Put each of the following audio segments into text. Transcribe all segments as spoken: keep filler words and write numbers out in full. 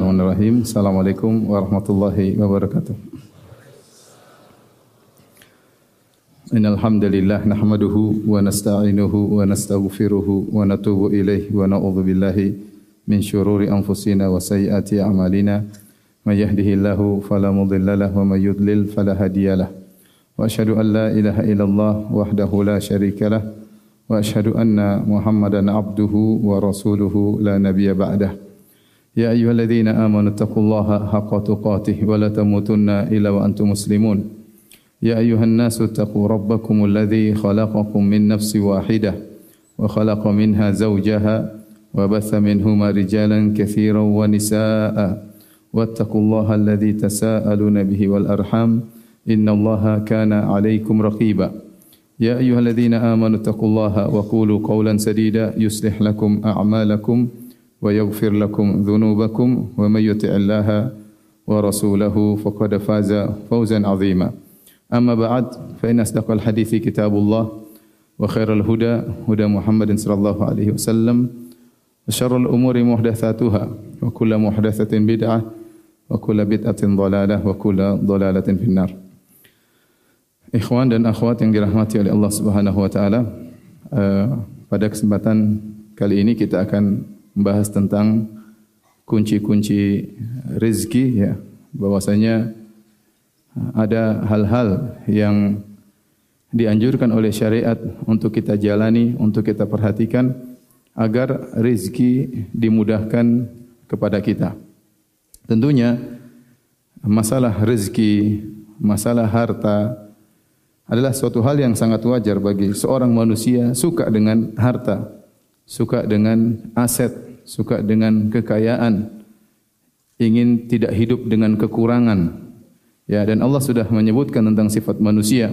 Bismillahirrahmanirrahim. Assalamualaikum warahmatullahi wabarakatuh. Innal hamdalillah nahmaduhu wa nasta'inuhu wa nastaghfiruhu wa natubu ilaihi wa na'udzu billahi min syururi anfusina wa sayyiati a'malina. May yahdihillahu fala mudilla lahu wa may yudlil fala hadiyalah. Wa asyhadu an la ilaha illallah wahdahu la syarika lah wa asyhadu anna Muhammadan abduhu wa rasuluhu la nabiyya ba'dah. Ya ayyuhalladzina amanu taqullaha haqqa tuqatih wa la tamutunna illa wa antum muslimun. Ya ayyuhan nasu taqu rabbakumul ladzi khalaqakum min nafsin wahidah wa khalaqa minha zawjaha wa batha minhuma rijalan katsiran wa nisaa'a wattaqullaha alladzi tasaaluna bihi wal arham innallaha kana 'alaikum raqiba. Ya ayyuhalladzina amanu taqullaha wa qulu qawlan sadida yuslih lakum a'malakum wa yaghfir lakum dhunubakum wa may yuti'illaha wa rasulahu faqad faza fawzan 'azima. Amma ba'd fa inna asdaqal hadithi kitabullah wa khairal huda huda Muhammadin sallallahu alaihi wasallam wa syarrul umuri muhdatsatuha wa kullu muhdatsatin bid'ah wa kullu bid'atin dhalalah wa kullu dhalalatin finnar. Ikhwan dan akhwat yang dirahmati oleh Allah Subhanahu wa taala, uh, pada kesempatan kali ini kita akan membahas tentang kunci-kunci rezeki, ya, bahwasanya ada hal-hal yang dianjurkan oleh syariat untuk kita jalani, untuk kita perhatikan agar rezeki dimudahkan kepada kita. Tentunya masalah rezeki, masalah harta adalah suatu hal yang sangat wajar bagi seorang manusia suka dengan harta, suka dengan aset, suka dengan kekayaan, ingin tidak hidup dengan kekurangan. Ya, dan Allah sudah menyebutkan tentang sifat manusia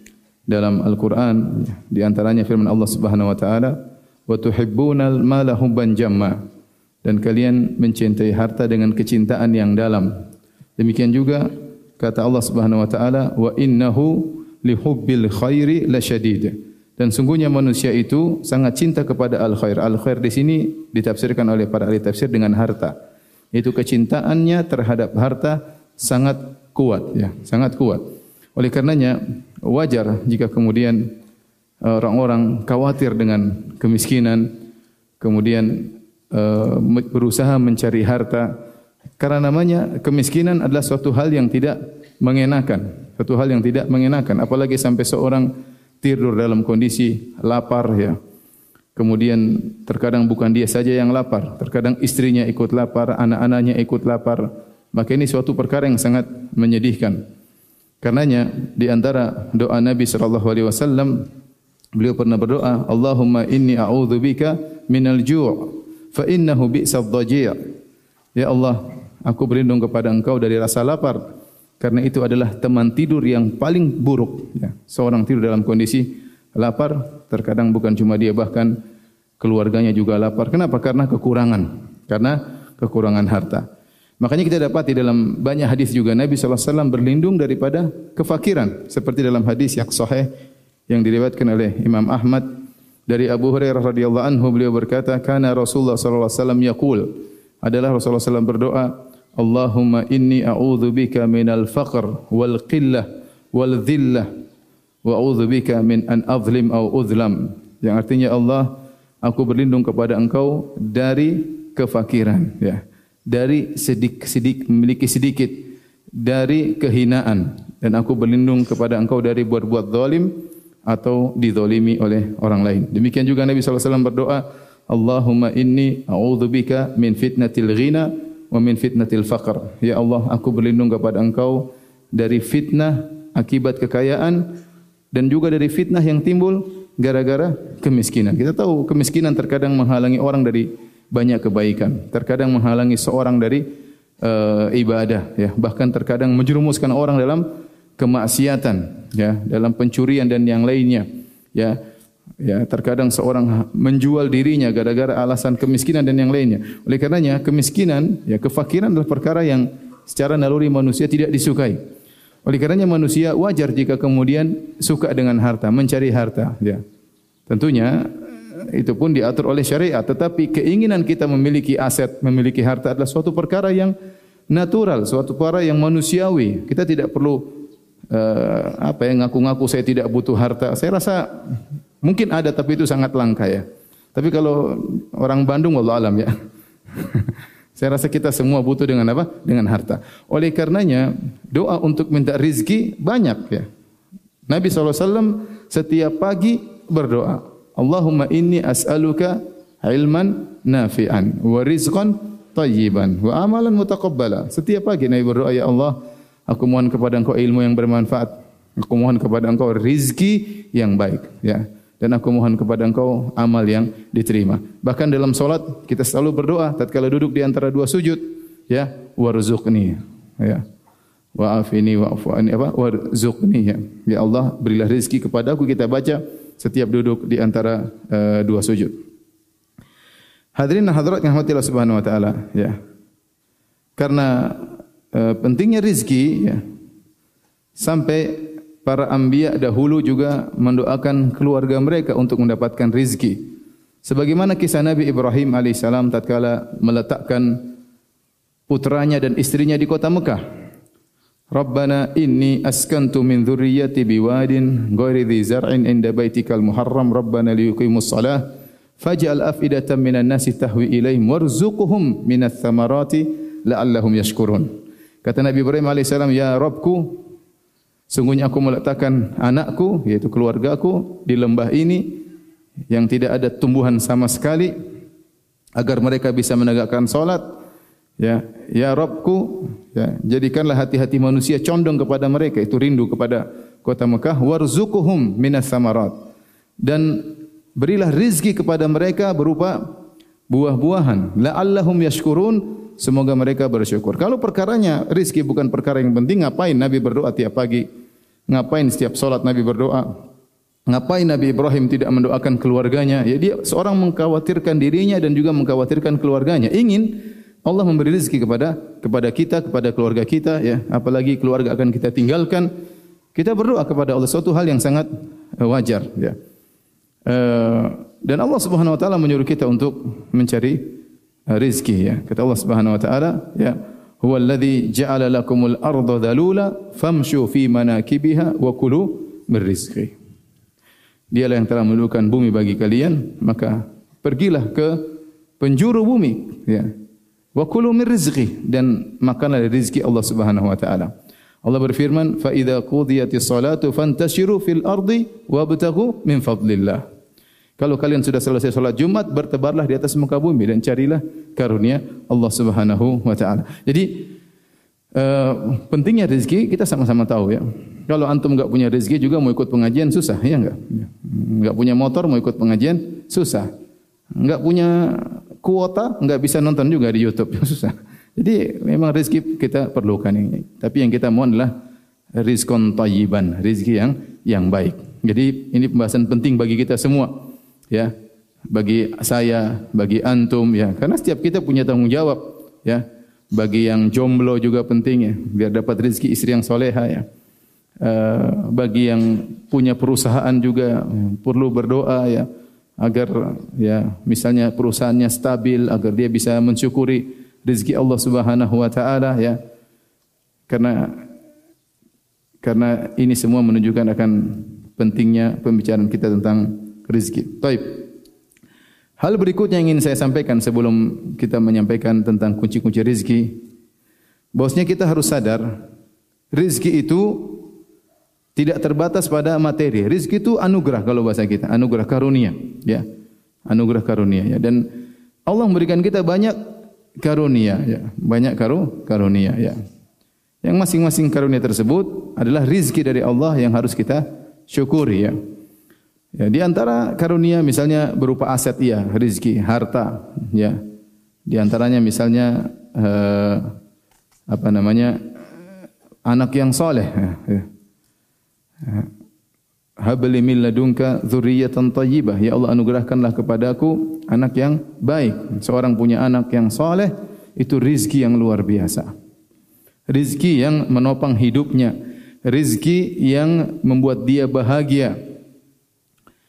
dalam Al-Qur'an, di antaranya firman Allah Subhanahu wa taala, "Wa tuhibbunal mala hubban jamma." Dan kalian mencintai harta dengan kecintaan yang dalam. Demikian juga kata Allah Subhanahu wa taala, "Wa innahu lihubbil khairi lasyadid." Dan sungguhnya manusia itu sangat cinta kepada al-khair. Al-khair di sini ditafsirkan oleh para ahli tafsir dengan harta. Itu kecintaannya terhadap harta sangat kuat, ya, sangat kuat. Oleh karenanya wajar jika kemudian orang-orang khawatir dengan kemiskinan, kemudian uh, berusaha mencari harta, karena namanya kemiskinan adalah suatu hal yang tidak mengenakan, suatu hal yang tidak mengenakan, apalagi sampai seorang tidur dalam kondisi lapar, ya. Kemudian terkadang bukan dia saja yang lapar, terkadang istrinya ikut lapar, anak-anaknya ikut lapar. Maka ini suatu perkara yang sangat menyedihkan. Karenanya di antara doa Nabi sallallahu alaihi wasallam, beliau pernah berdoa, Allahumma inni a'udzubika minal ju' fa innahu bi'sad dhaji'. Ya Allah, aku berlindung kepada Engkau dari rasa lapar, karena itu adalah teman tidur yang paling buruk, ya. Seorang tidur dalam kondisi lapar, terkadang bukan cuma dia, bahkan keluarganya juga lapar. Kenapa? Karena kekurangan, karena kekurangan harta. Makanya kita dapati dalam banyak hadis juga Nabi sallallahu alaihi wasallam berlindung daripada kefakiran, seperti dalam hadis yang sahih yang diriwayatkan oleh Imam Ahmad dari Abu Hurairah radhiyallahu anhu, beliau berkata, "Kana Rasulullah sallallahu alaihi wasallam yaqul," adalah Rasulullah sallallahu alaihi wasallam berdoa, "Allahumma inni a'udzubika minal faqr wal qillah wal dhillah wa a'udzubika min an azlim aw uzlam." Yang artinya, Allah, aku berlindung kepada Engkau dari kefakiran, ya, dari sedikit-sedikit memiliki sedikit, dari kehinaan, dan aku berlindung kepada Engkau dari berbuat zalim atau dizalimi oleh orang lain. Demikian juga Nabi sallallahu alaihi wasallam berdoa, Allahumma inni a'udzubika min fitnatil ghina wa min fitnatil faqr. Ya Allah, aku berlindung kepada Engkau dari fitnah akibat kekayaan dan juga dari fitnah yang timbul gara-gara kemiskinan. Kita tahu kemiskinan terkadang menghalangi orang dari banyak kebaikan, terkadang menghalangi seorang dari uh, ibadah, ya, bahkan terkadang menjerumuskan orang dalam kemaksiatan, ya, dalam pencurian dan yang lainnya, ya. Ya, terkadang seorang menjual dirinya gara-gara alasan kemiskinan dan yang lainnya. Oleh karenanya kemiskinan, ya, kefakiran adalah perkara yang secara naluri manusia tidak disukai. Oleh karenanya manusia wajar jika kemudian suka dengan harta, mencari harta, ya. Tentunya itu pun diatur oleh syariat. Tetapi keinginan kita memiliki aset, memiliki harta adalah suatu perkara yang natural, suatu perkara yang manusiawi. Kita tidak perlu uh, apa yang ngaku-ngaku saya tidak butuh harta. Saya rasa mungkin ada, tapi itu sangat langka ya. Tapi kalau orang Bandung, wallahu alam ya. Saya rasa kita semua butuh dengan apa? Dengan harta. Oleh karenanya doa untuk minta rizki banyak ya. Nabi shallallahu alaihi wasallam setiap pagi berdoa, Allahumma inni as'aluka ilman nafi'an wa rizqan tayyiban wa amalan mutaqabbala. Setiap pagi Nabi berdoa, ya Allah, aku mohon kepada Engkau ilmu yang bermanfaat. Aku mohon kepada Engkau rizki yang baik, ya. Dan aku mohon kepada Engkau amal yang diterima. Bahkan dalam salat kita selalu berdoa tatkala duduk di antara dua sujud, ya, warzuqni, ya. Wa'afini wa'fu'ani apa warzuqni, ya. Ya Allah, berilah rezeki kepadaku, kita baca setiap duduk di antara uh, dua sujud. Hadirin dan hadirat yang dirahmati Allah Subhanahu wa taala, ya. Karena uh, pentingnya rezeki, ya. Sampai para anbiya dahulu juga mendoakan keluarga mereka untuk mendapatkan rezeki. Sebagaimana kisah Nabi Ibrahim alaihissalam tatkala meletakkan putranya dan istrinya di kota Mekah. Rabbana inni askantu min dzurriyyati biwadin ghairi dzi zar'in inda baitikal muharram rabbana liyuqimus shalah faj'al afidatan minan nasi tahwi ilaihim warzuqhum minats thamarati la'allahum yashkurun. Kata Nabi Ibrahim alaihissalam, ya Rabbku, sungguhnya aku meletakkan anakku, yaitu keluargaku, di lembah ini yang tidak ada tumbuhan sama sekali, agar mereka bisa menegakkan salat. Ya, ya Rabbku, ya, jadikanlah hati-hati manusia condong kepada mereka, itu rindu kepada kota Mekah. Warzuqhum minas samarat, dan berilah rizki kepada mereka berupa buah-buahan. La'allahum yashkurun, semoga mereka bersyukur. Kalau perkaranya rizki bukan perkara yang penting, ngapain Nabi berdoa tiap pagi? Ngapain setiap salat Nabi berdoa? Ngapain Nabi Ibrahim tidak mendoakan keluarganya? Ya, dia seorang mengkhawatirkan dirinya dan juga mengkhawatirkan keluarganya. Ingin Allah memberi rezeki kepada kepada kita, kepada keluarga kita, ya. Apalagi keluarga akan kita tinggalkan. Kita berdoa kepada Allah, suatu hal yang sangat uh, wajar, ya. Uh, dan Allah Subhanahu wa taala menyuruh kita untuk mencari uh, rezeki, ya. Kata Allah Subhanahu wa taala, ya, huwallazi ja'ala lakumul arda dzalula famshu fi manakibiha wa kulu min rizqi. Dialah yang telah menundukkan bumi bagi kalian, maka pergilah ke penjuru bumi, ya. Wa kulu min rizqi, dan makanlah dari rezeki Allah Subhanahu wa taala. Allah berfirman, fa idza qudiyatis salatu fantashiru fil ardi wabtaghu min fadlillah. Kalau kalian sudah selesai salat Jumat, bertebarlah di atas muka bumi dan carilah karunia Allah Subhanahu wa taala. Jadi uh, pentingnya rezeki kita sama-sama tahu, ya. Kalau antum enggak punya rezeki juga mau ikut pengajian susah, ya enggak? Enggak punya motor mau ikut pengajian susah. Enggak punya kuota, enggak bisa nonton juga di YouTube, susah. Jadi memang rezeki kita perlukan ini. Tapi yang kita mohon adalah rizqan thayyiban, rezeki yang yang baik. Jadi ini pembahasan penting bagi kita semua, ya. Bagi saya, bagi antum, ya. Karena setiap kita punya tanggung jawab, ya. Bagi yang jomblo juga penting, ya, biar dapat rezeki istri yang soleha, ya. Uh, bagi yang punya perusahaan juga ya, perlu berdoa, ya, agar, ya, misalnya perusahaannya stabil, agar dia bisa mensyukuri rezeki Allah Subhanahu wa taala, ya. Karena karena ini semua menunjukkan akan pentingnya pembicaraan kita tentang rezeki. Baik. Hal berikutnya yang ingin saya sampaikan sebelum kita menyampaikan tentang kunci-kunci rezeki, bahwasanya kita harus sadar rezeki itu tidak terbatas pada materi. Rezeki itu anugerah kalau bahasa kita, anugerah karunia, ya. Anugerah karunia, ya. Dan Allah memberikan kita banyak karunia, ya. Banyak karu karunia, ya. Yang masing-masing karunia tersebut adalah rezeki dari Allah yang harus kita syukuri, ya. Ya, di antara karunia misalnya berupa aset, ya, rezeki, harta, ya. Di antaranya misalnya eh, apa namanya? Anak yang saleh, ya. Ya. Habli min ladunka dzurriyyatan thayyibah, ya Allah, anugerahkanlah kepadaku anak yang baik. Seorang punya anak yang saleh itu rezeki yang luar biasa. Rezeki yang menopang hidupnya, rezeki yang membuat dia bahagia.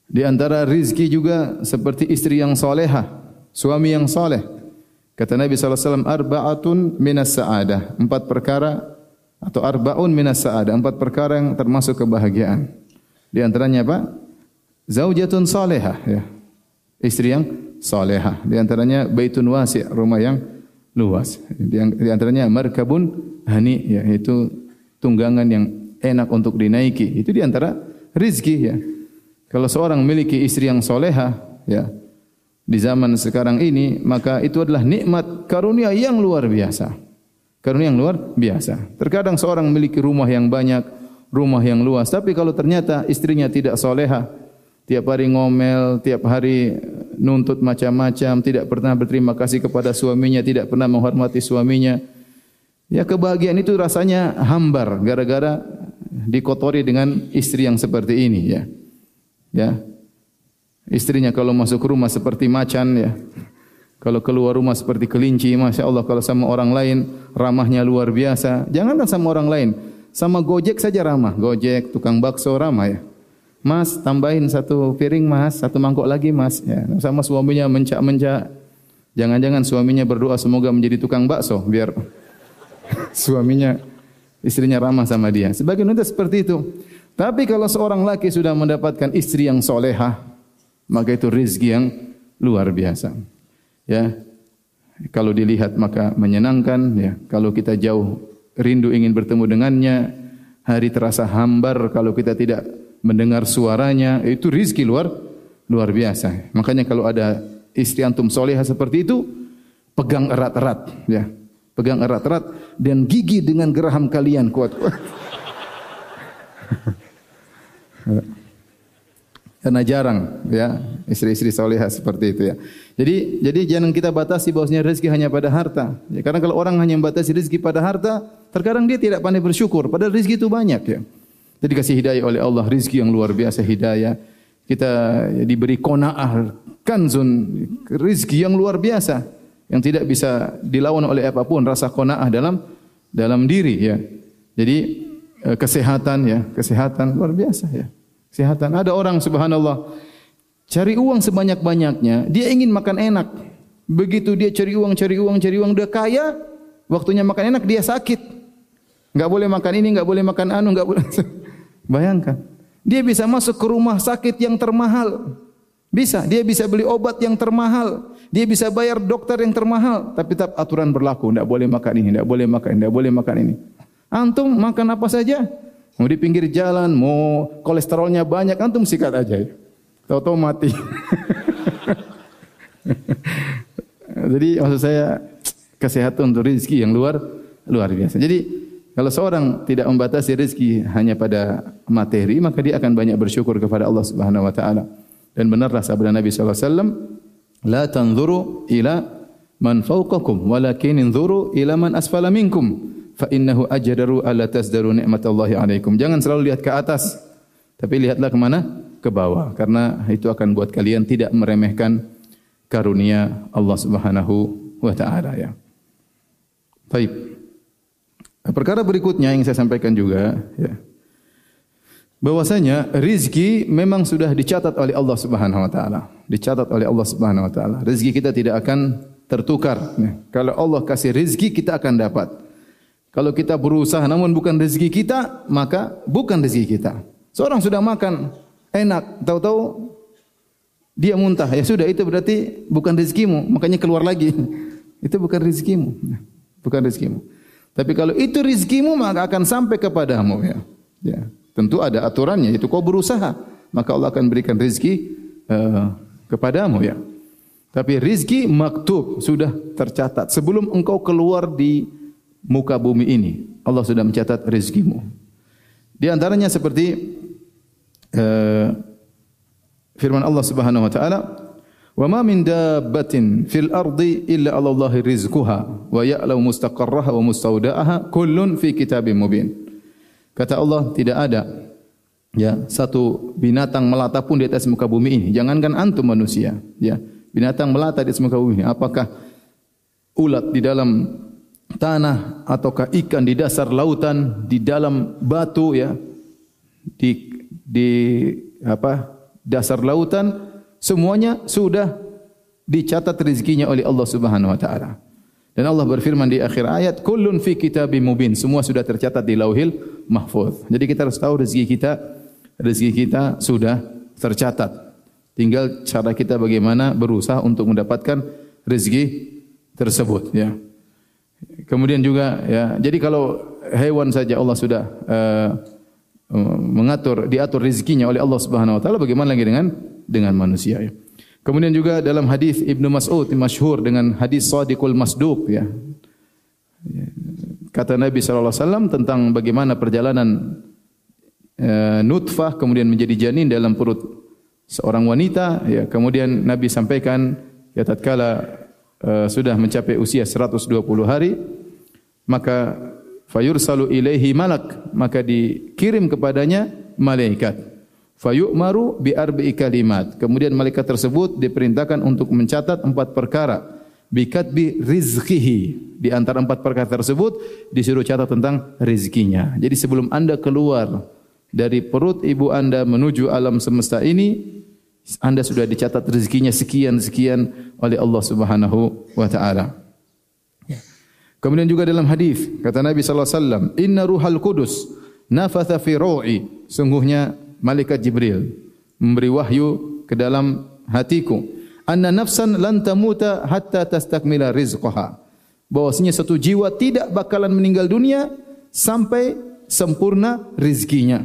Di antara rizki juga seperti istri yang solehah, suami yang soleh. Kata Nabi sallallahu alaihi wasallam, arba'atun minas sa'adah. Empat perkara atau arba'un minas sa'adah. Empat perkara yang termasuk kebahagiaan. Di antaranya apa? Zaujatun solehah. Ya. Istri yang solehah. Di antaranya baitun wasi', rumah yang luas. Di, di antaranya markabun hani, ya, yaitu tunggangan yang enak untuk dinaiki. Itu di antara rizki. Ya. Kalau seorang memiliki istri yang soleha, ya, di zaman sekarang ini, maka itu adalah nikmat karunia yang luar biasa. Karunia yang luar biasa. Terkadang seorang memiliki rumah yang banyak, rumah yang luas, tapi kalau ternyata istrinya tidak soleha, tiap hari ngomel, tiap hari nuntut macam-macam, tidak pernah berterima kasih kepada suaminya, tidak pernah menghormati suaminya, ya kebahagiaan itu rasanya hambar gara-gara dikotori dengan istri yang seperti ini, ya. Ya, istrinya kalau masuk rumah seperti macan, ya, kalau keluar rumah seperti kelinci, masya Allah. Kalau sama orang lain ramahnya luar biasa. Janganlah sama orang lain, sama Gojek saja ramah. Gojek, tukang bakso ramah, ya. Mas, tambahin satu piring mas, satu mangkok lagi mas. Ya, sama suaminya mencak-mencak. Jangan-jangan suaminya berdoa semoga menjadi tukang bakso biar suaminya, istrinya ramah sama dia. Sebagian itu seperti itu. Tapi kalau seorang laki sudah mendapatkan istri yang solehah, maka itu rezeki yang luar biasa. Ya, kalau dilihat maka menyenangkan. Ya, kalau kita jauh rindu ingin bertemu dengannya, hari terasa hambar kalau kita tidak mendengar suaranya. Itu rezeki luar luar biasa. Makanya kalau ada istri antum solehah seperti itu, pegang erat-erat. Ya, pegang erat-erat dan gigi dengan geraham kalian kuat-kuat. Karena jarang, ya, istri-istri solehah seperti itu, ya. Jadi jadi jangan kita batasi bahwasanya rezeki hanya pada harta. Ya, karena kalau orang hanya membatasi rezeki pada harta, terkadang dia tidak pandai bersyukur. Padahal rezeki itu banyak, ya. Jadi kasih hidayah oleh Allah, rezeki yang luar biasa hidayah. Kita diberi qanaah, kanzun, rezeki yang luar biasa yang tidak bisa dilawan oleh apapun, rasa qanaah dalam dalam diri, ya. Jadi kesehatan, ya, kesehatan luar biasa, ya. Kesehatan. Ada orang subhanallah cari uang sebanyak-banyaknya, dia ingin makan enak. Begitu dia cari uang, cari uang, cari uang, dia kaya, waktunya makan enak dia sakit. Enggak boleh makan ini, enggak boleh makan anu, enggak boleh. Bayangkan. Dia bisa masuk ke rumah sakit yang termahal. Bisa, dia bisa beli obat yang termahal. Dia bisa bayar dokter yang termahal, tapi tetap aturan berlaku, enggak boleh makan ini, enggak boleh makan ini, enggak boleh makan ini. Antum makan apa saja, mau di pinggir jalan, mau kolesterolnya banyak, antum sikat aja. Tahu-tahu mati. Jadi maksud saya kesehatan untuk rezeki yang luar luar biasa. Jadi kalau seorang tidak membatasi rezeki hanya pada materi, maka dia akan banyak bersyukur kepada Allah Subhanahu wa taala. Dan benarlah sabda Nabi sallallahu alaihi wasallam, la tanzuru ila man fawqakum, walakin inzuru ila man asfala minkum. Fa innahu ajdaru alla tasdaru ni'matallahi alaikum. Jangan selalu lihat ke atas, tapi lihatlah ke mana? Ke bawah, karena itu akan buat kalian tidak meremehkan karunia Allah Subhanahu wa taala, ya. Baik. Perkara berikutnya yang saya sampaikan juga, ya. Bahwasanya rezeki memang sudah dicatat oleh Allah Subhanahu wa taala. Dicatat oleh Allah Subhanahu wa taala. Rezeki kita tidak akan tertukar. Ya. Kalau Allah kasih rezeki kita akan dapat. Kalau kita berusaha namun bukan rezeki kita, maka bukan rezeki kita. Seorang sudah makan enak, tahu-tahu dia muntah, ya sudah, itu berarti bukan rezekimu, makanya keluar lagi. Itu bukan rezekimu, bukan rezekimu. Tapi kalau itu rezekimu maka akan sampai kepadamu, ya. Ya, tentu ada aturannya. Itu kau berusaha, maka Allah akan berikan rezeki uh, kepadamu, ya. Tapi rezeki maktub, sudah tercatat sebelum engkau keluar di muka bumi ini. Allah sudah mencatat rezekimu. Di antaranya seperti uh, firman Allah Subhanahu wa taala, "Wa ma min dabbatin fil ardi illa 'ala Allahi rizquha wa ya'lamu mustaqarraha wa mustawda'aha kullun fi kitabim mubin." Kata Allah, tidak ada, ya, satu binatang melata pun di atas muka bumi ini. Jangankan antum manusia, ya. Binatang melata di atas muka bumi ini. Apakah ulat di dalam tanah ataukah ikan di dasar lautan, di dalam batu, ya, di di apa dasar lautan, semuanya sudah dicatat rezekinya oleh Allah Subhanahu wa taala. Dan Allah berfirman di akhir ayat, kullun fi kitabim mubin, semua sudah tercatat di Lauhil Mahfuz. Jadi kita harus tahu rezeki kita, rezeki kita sudah tercatat. Tinggal cara kita bagaimana berusaha untuk mendapatkan rezeki tersebut, ya. Kemudian juga, ya, jadi kalau hewan saja Allah sudah uh, mengatur, diatur rezekinya oleh Allah Subhanahu wa taala, bagaimana lagi dengan dengan manusia, ya. Kemudian juga dalam hadis Ibnu Mas'ud masyhur dengan hadis Shadiqul Masduq, ya. Kata Nabi sallallahu alaihi wasallam tentang bagaimana perjalanan e, nutfah kemudian menjadi janin dalam perut seorang wanita, ya. Kemudian Nabi sampaikan, ya, tatkala e, sudah mencapai usia seratus dua puluh hari, maka fayursalu ilaihi malak, maka dikirim kepadanya malaikat. Fayu'maru bi arba'i kalimat. Kemudian malaikat tersebut diperintahkan untuk mencatat empat perkara. Bikatbi rizqihi. Di antara empat perkara tersebut disuruh catat tentang rezekinya. Jadi sebelum Anda keluar dari perut ibu Anda menuju alam semesta ini, Anda sudah dicatat rezekinya sekian-sekian oleh Allah Subhanahu wa taala. Kemudian juga dalam hadis kata Nabi sallallahu alaihi wasallam, "Inna ruhal qudus nafatha fi ru'i." Sungguhnya malaikat Jibril memberi wahyu ke dalam hatiku, anna nafsan lan tamuta hatta tastakmila rizqaha, bahwasanya satu jiwa tidak bakalan meninggal dunia sampai sempurna rizkinya.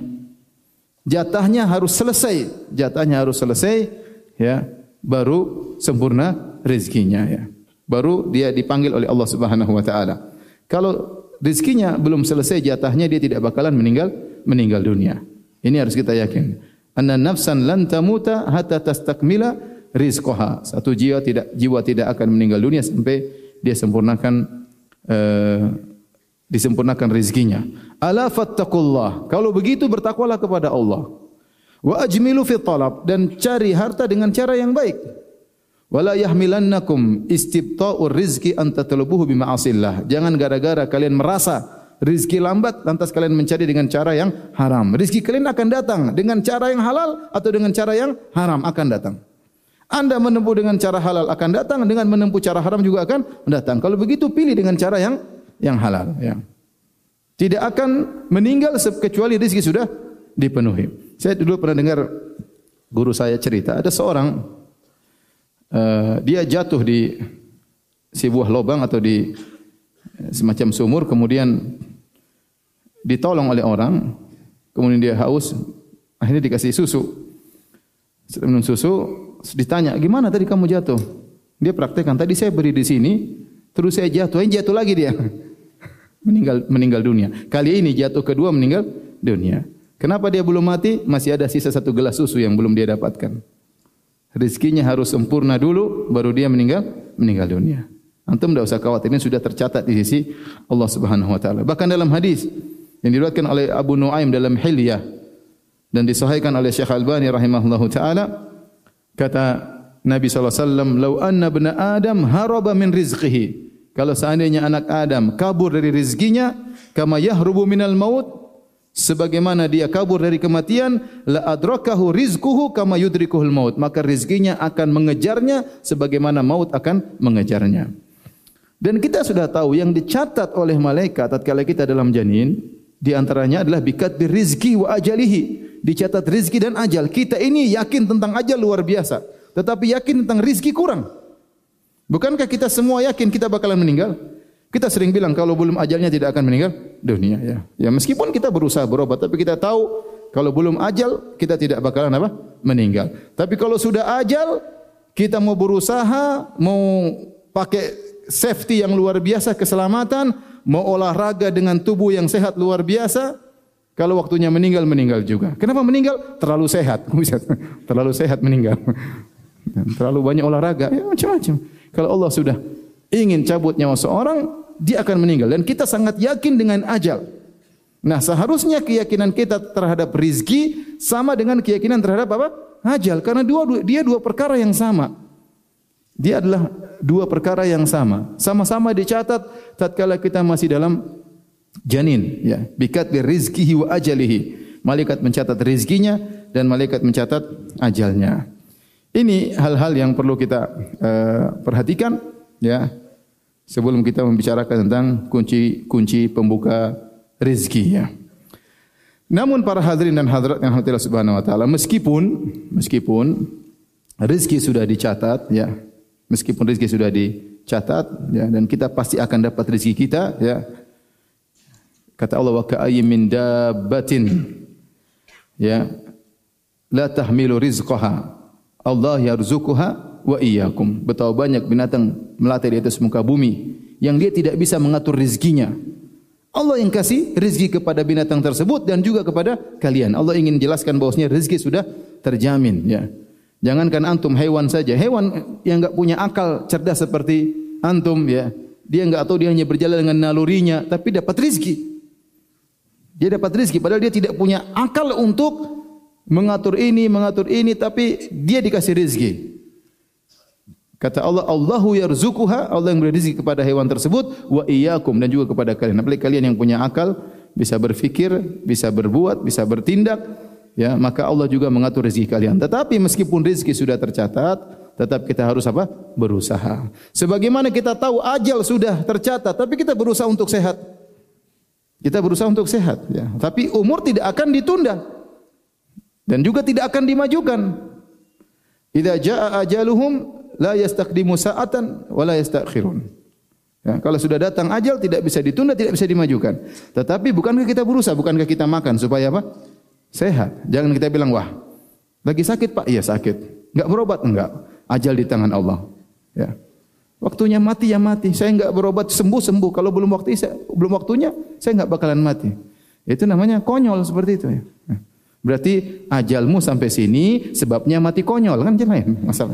Jatahnya harus selesai, jatahnya harus selesai, ya, baru sempurna rizkinya, ya. Baru dia dipanggil oleh Allah Subhanahu wa taala. Kalau rizkinya belum selesai jatahnya, dia tidak bakalan meninggal meninggal dunia. Ini harus kita yakin. Anna nafsan lan tamuta hatta tastakmila rizqaha. Satu jiwa tidak jiwa tidak akan meninggal dunia sampai dia sempurnakan uh, disempurnakan rezekinya. Ala fattaqullah. Kalau begitu bertakwalah kepada Allah. Wa ajmilu fi talab, dan cari harta dengan cara yang baik. Wala yahmilannakum istibta'ur rizqi an tatlubuhu bima'asillah. Jangan gara-gara kalian merasa rizki lambat, lantas kalian mencari dengan cara yang haram. Rizki kalian akan datang dengan cara yang halal atau dengan cara yang haram akan datang. Anda menempuh dengan cara halal akan datang, dengan menempuh cara haram juga akan datang. Kalau begitu pilih dengan cara yang yang halal, ya. Tidak akan meninggal kecuali rizki sudah dipenuhi. Saya dulu pernah dengar guru saya cerita, ada seorang uh, dia jatuh di sebuah lubang atau di semacam sumur, kemudian ditolong oleh orang, kemudian dia haus, akhirnya dikasih susu. Setelah minum susu, ditanya, gimana tadi kamu jatuh? Dia praktekkan, tadi saya beri di sini, terus saya jatuh, yang jatuh lagi dia. meninggal meninggal dunia. Kali ini jatuh kedua meninggal dunia. Kenapa dia belum mati? Masih ada sisa satu gelas susu yang belum dia dapatkan. Rezekinya harus sempurna dulu, baru dia meninggal meninggal dunia. Antum tidak usah khawatir, ini sudah tercatat di sisi Allah Subhanahu wa taala. Bahkan dalam hadis yang diriwayatkan oleh Abu Nuaim dalam Hilyah dan disahihkan oleh Syekh Albani rahimahullahu taala, kata Nabi sallallahu alaihi wasallam, "Lau anna ibna Adam haraba min rizqihi." Kalau seandainya anak Adam kabur dari rezekinya, kama yahrubu minal maut, sebagaimana dia kabur dari kematian, la adrakahu rizquhu kama yudrikuhul maut, maka rezekinya akan mengejarnya sebagaimana maut akan mengejarnya. Dan kita sudah tahu yang dicatat oleh malaikat tatkala kita dalam janin, di antaranya adalah bikat birizki wa ajalihi, dicatat rizki dan ajal. Kita ini yakin tentang ajal luar biasa, tetapi yakin tentang rizki kurang. Bukankah kita semua yakin kita bakalan meninggal? Kita sering bilang kalau belum ajalnya tidak akan meninggal dunia, ya. Ya meskipun kita berusaha berobat, tapi kita tahu kalau belum ajal kita tidak bakalan apa? Meninggal. Tapi kalau sudah ajal, kita mau berusaha, mau pakai safety yang luar biasa, keselamatan, mau olahraga dengan tubuh yang sehat luar biasa, kalau waktunya meninggal, meninggal juga. Kenapa meninggal? Terlalu sehat. Terlalu sehat meninggal. Terlalu banyak olahraga, ya, macam-macam. Kalau Allah sudah ingin cabut nyawa seorang, dia akan meninggal. Dan kita sangat yakin dengan ajal. Nah, seharusnya keyakinan kita terhadap rizki sama dengan keyakinan terhadap apa? Ajal. Karena dua, dia dua perkara yang sama. Dia adalah dua perkara yang sama. Sama-sama dicatat tatkala kita masih dalam janin, ya. Bikat bi rizqihi wa ajalihi. Malaikat mencatat rizkinya dan malaikat mencatat ajalnya. Ini hal-hal yang perlu kita uh, perhatikan ya sebelum kita membicarakan tentang kunci-kunci pembuka rezeki ya. Namun para hadirin dan hadirat yang Allah Subhanahu wa taala, meskipun meskipun rezeki sudah dicatat ya, meskipun rezeki sudah dicatat ya, dan kita pasti akan dapat rezeki kita ya. Kata Allah, wa ka'ayyin min dabbatin ya la tahmilu rizqaha Allah yarzuquha wa iyyakum. Betapa banyak binatang melata di atas muka bumi yang dia tidak bisa mengatur rezekinya. Allah yang kasih rezeki kepada binatang tersebut dan juga kepada kalian. Allah ingin jelaskan bahwasanya rezeki sudah terjamin ya. Jangankan antum, hewan saja. Hewan yang enggak punya akal cerdas seperti antum ya. Dia enggak tahu, dia hanya berjalan dengan nalurinya tapi dapat rezeki. Dia dapat rezeki padahal dia tidak punya akal untuk mengatur ini, mengatur ini, tapi dia dikasih rezeki. Kata Allah, Allahu yarzuquha, Allah yang beri rezeki kepada hewan tersebut, wa iyyakum, dan juga kepada kalian. Apalagi kalian yang punya akal, bisa berfikir, bisa berbuat, bisa bertindak, ya, maka Allah juga mengatur rezeki kalian. Tetapi meskipun rezeki sudah tercatat, tetap kita harus apa? Berusaha. Sebagaimana kita tahu ajal sudah tercatat, tapi kita berusaha untuk sehat. Kita berusaha untuk sehat, ya. Tapi umur tidak akan ditunda dan juga tidak akan dimajukan. Idza jaa ajaluhum la yastaqdimu sa'atan wa la yastakhirun. Ya, kalau sudah datang ajal tidak bisa ditunda, tidak bisa dimajukan. Tetapi bukankah kita berusaha, bukankah kita makan supaya apa? Sehat. Jangan kita bilang, wah, lagi sakit Pak, iya sakit. Enggak berobat, enggak. Ajal di tangan Allah. Ya. Waktunya mati ya mati. Saya enggak berobat sembuh sembuh. Kalau belum waktu saya, belum waktunya, saya enggak bakalan mati. Itu namanya konyol seperti itu ya. Berarti ajalmu sampai sini sebabnya mati konyol, kan jangan masalah.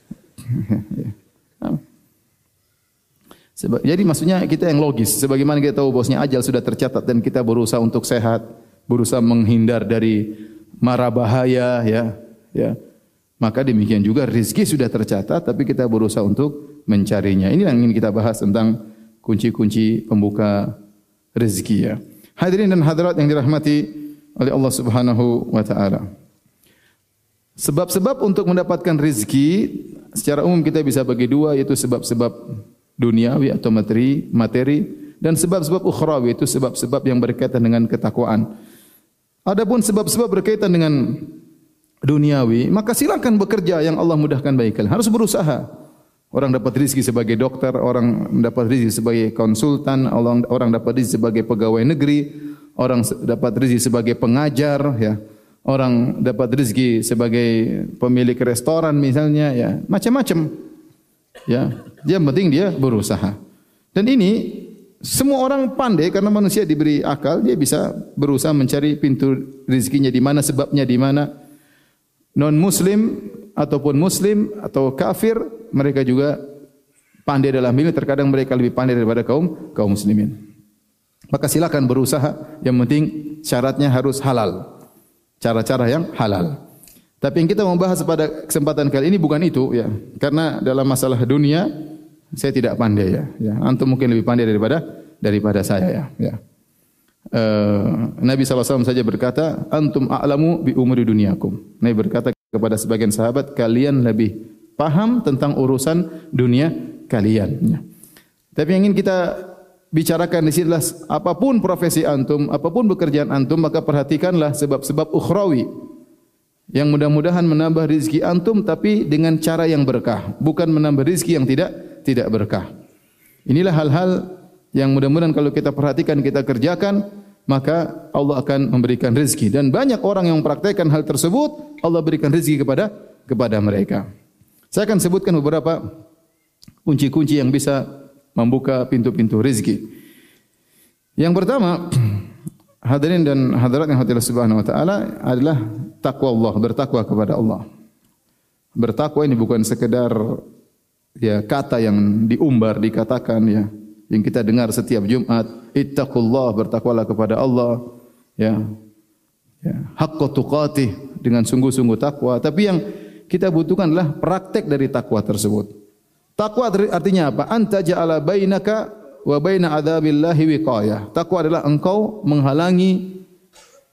Sebab, jadi maksudnya kita yang logis. Sebagaimana kita tahu bahwasanya ajal sudah tercatat dan kita berusaha untuk sehat, berusaha menghindar dari mara bahaya, ya, ya. Maka demikian juga rezeki sudah tercatat, tapi kita berusaha untuk mencarinya. Ini yang ingin kita bahas tentang kunci-kunci pembuka rezeki ya. Hadirin dan hadirat yang dirahmati oleh Allah Subhanahu wa taala. Sebab-sebab untuk mendapatkan rezeki secara umum kita bisa bagi dua, yaitu sebab-sebab duniawi atau materi, materi dan sebab-sebab ukhrawi, yaitu sebab-sebab yang berkaitan dengan ketakwaan. Adapun sebab-sebab berkaitan dengan duniawi, maka silakan bekerja yang Allah mudahkan bagi kalian. Harus berusaha. Orang dapat rezeki sebagai dokter, orang dapat rezeki sebagai konsultan, orang orang dapat rezeki sebagai pegawai negeri, orang dapat rezeki sebagai pengajar, ya. Orang dapat rezeki sebagai pemilik restoran misalnya, ya, macam-macam. Ya, yang penting dia berusaha. Dan ini semua orang pandai karena manusia diberi akal, dia bisa berusaha mencari pintu rezekinya di mana, sebabnya di mana. Non muslim ataupun muslim atau kafir, mereka juga pandai dalam ini, terkadang mereka lebih pandai daripada kaum kaum muslimin. Maka silakan berusaha, yang penting syaratnya harus halal. Cara-cara yang halal. Tapi yang kita membahas pada kesempatan kali ini bukan itu ya. Karena dalam masalah dunia saya tidak pandai ya. ya. Antum mungkin lebih pandai daripada daripada saya ya. ya. Uh, Nabi sallallahu alaihi wasallam saja berkata, antum a'lamu bi umuri dunyakum. Nabi berkata kepada sebagian sahabat, kalian lebih paham tentang urusan dunia kalian. Ya. Tapi yang ingin kita bicarakan di sini adalah apapun profesi antum, apapun pekerjaan antum, maka perhatikanlah sebab-sebab ukhrawi yang mudah-mudahan menambah rezeki antum, tapi dengan cara yang berkah, bukan menambah rezeki yang tidak tidak berkah. Inilah hal-hal yang mudah-mudahan kalau kita perhatikan, kita kerjakan, maka Allah akan memberikan rezeki. Dan banyak orang yang mempraktikkan hal tersebut, Allah berikan rezeki kepada kepada mereka. Saya akan sebutkan beberapa kunci-kunci yang bisa membuka pintu-pintu rezeki. Yang pertama, hadirin dan hadirat yang Allah Subhanahu wa taala, adalah takwa Allah, bertakwa kepada Allah. Bertakwa ini bukan sekedar ya kata yang diumbar, dikatakan ya, yang kita dengar setiap Jumat, ittaqullah, bertakwalah kepada Allah, ya. Ya, haqqa tuqatih, dengan sungguh-sungguh takwa. Tapi yang kita butuhkan adalah praktek dari takwa tersebut. Takwa artinya apa? Anta ja'ala bainaka wa baina adzabillahi wiqayah. Takwa adalah engkau menghalangi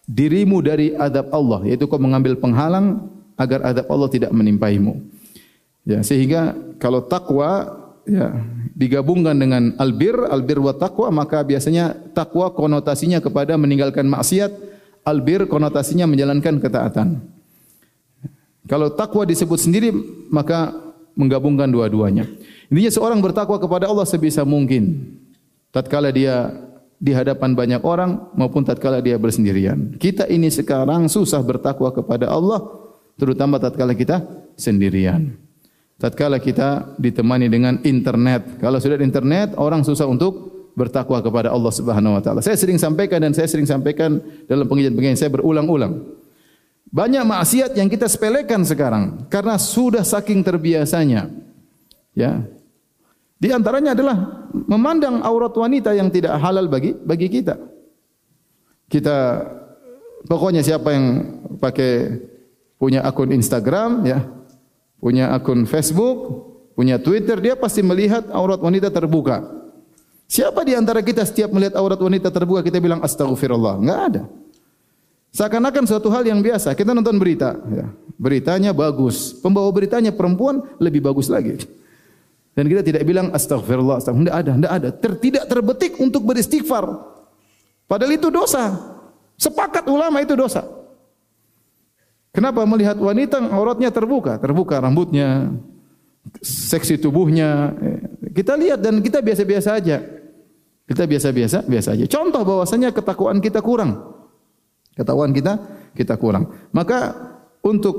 dirimu dari azab Allah, yaitu kau mengambil penghalang agar azab Allah tidak menimpaimu. Ya, sehingga kalau takwa ya digabungkan dengan albir, albir wa taqwa, maka biasanya takwa konotasinya kepada meninggalkan maksiat, albir konotasinya menjalankan ketaatan. Kalau takwa disebut sendiri, maka menggabungkan dua-duanya. Intinya seorang bertakwa kepada Allah sebisa mungkin, tatkala dia di hadapan banyak orang maupun tatkala dia bersendirian. Kita ini sekarang susah bertakwa kepada Allah, terutama tatkala kita sendirian. Tatkala kita ditemani dengan internet. Kalau sudah ada internet, orang susah untuk bertakwa kepada Allah Subhanahu wa taala. Saya sering sampaikan dan saya sering sampaikan dalam pengajian-pengajian saya berulang-ulang. Banyak maksiat yang kita sepelekan sekarang karena sudah saking terbiasanya. Ya. Di antaranya adalah memandang aurat wanita yang tidak halal bagi bagi kita. Kita pokoknya siapa yang pakai punya akun Instagram ya, punya akun Facebook, punya Twitter, dia pasti melihat aurat wanita terbuka. Siapa di antara kita setiap melihat aurat wanita terbuka kita bilang astagfirullah? Enggak ada. Seakan-akan suatu hal yang biasa. Kita nonton berita, ya. Beritanya bagus, pembawa beritanya perempuan lebih bagus lagi. Dan kita tidak bilang astagfirullah, astagfirullah. Tidak ada, tidak ada. Ter, tidak terbetik untuk beristighfar. Padahal itu dosa. Sepakat ulama itu dosa. Kenapa melihat wanita auratnya terbuka, terbuka rambutnya, seksi tubuhnya. Kita lihat dan kita biasa-biasa aja. Kita biasa-biasa, biasa aja. Contoh bahwasanya ketakwaan kita kurang. Ketahuan kita, kita kurang. Maka untuk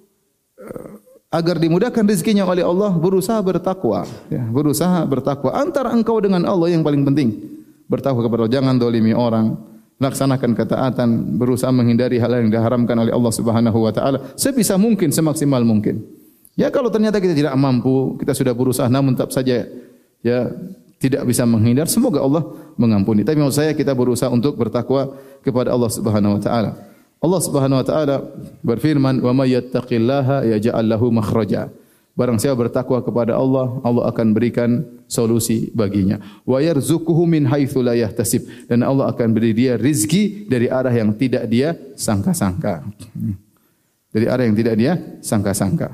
uh, agar dimudahkan rezekinya oleh Allah, berusaha bertakwa. Ya, berusaha bertakwa. Antara engkau dengan Allah yang paling penting. Bertakwa kepada Allah. Jangan dolimi orang. Laksanakan ketaatan. Berusaha menghindari hal yang diharamkan oleh Allah Subhanahu wa taala. Sebisa mungkin, semaksimal mungkin. Ya kalau ternyata kita tidak mampu, kita sudah berusaha namun tetap saja ya tidak bisa menghindar, semoga Allah mengampuni. Tapi maksud saya kita berusaha untuk bertakwa kepada Allah Subhanahu wa taala. Allah Subhanahu wa taala berfirman, "Wa may yattaqillaha yaj'al lahu makhraja." Barang siapa bertakwa kepada Allah, Allah akan berikan solusi baginya. Wa yarzuquhu min haitsu la yahtasib, dan Allah akan beri dia rezeki dari arah yang tidak dia sangka-sangka. Dari arah yang tidak dia sangka-sangka.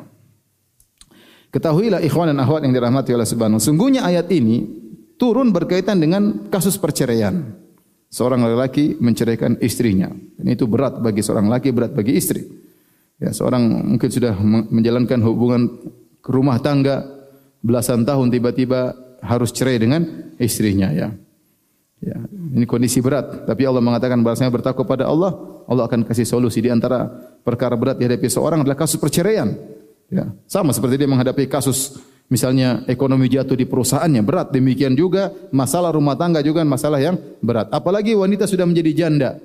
Ketahuilah ikhwan dan akhwat yang dirahmati Allah Subhanahu wa taala, sungguhnya ayat ini turun berkaitan dengan kasus perceraian. Seorang lelaki menceraikan istrinya. Dan itu berat bagi seorang laki, berat bagi istri. Ya, seorang mungkin sudah menjalankan hubungan rumah tangga belasan tahun, tiba-tiba harus cerai dengan istrinya. Ya. Ya, ini kondisi berat. Tapi Allah mengatakan bahwasanya bertakwa kepada Allah, Allah akan kasih solusi. Di antara perkara berat dihadapi seorang adalah kasus perceraian. Ya, sama seperti dia menghadapi kasus misalnya ekonomi jatuh di perusahaannya, berat. Demikian juga masalah rumah tangga juga masalah yang berat. Apalagi wanita sudah menjadi janda.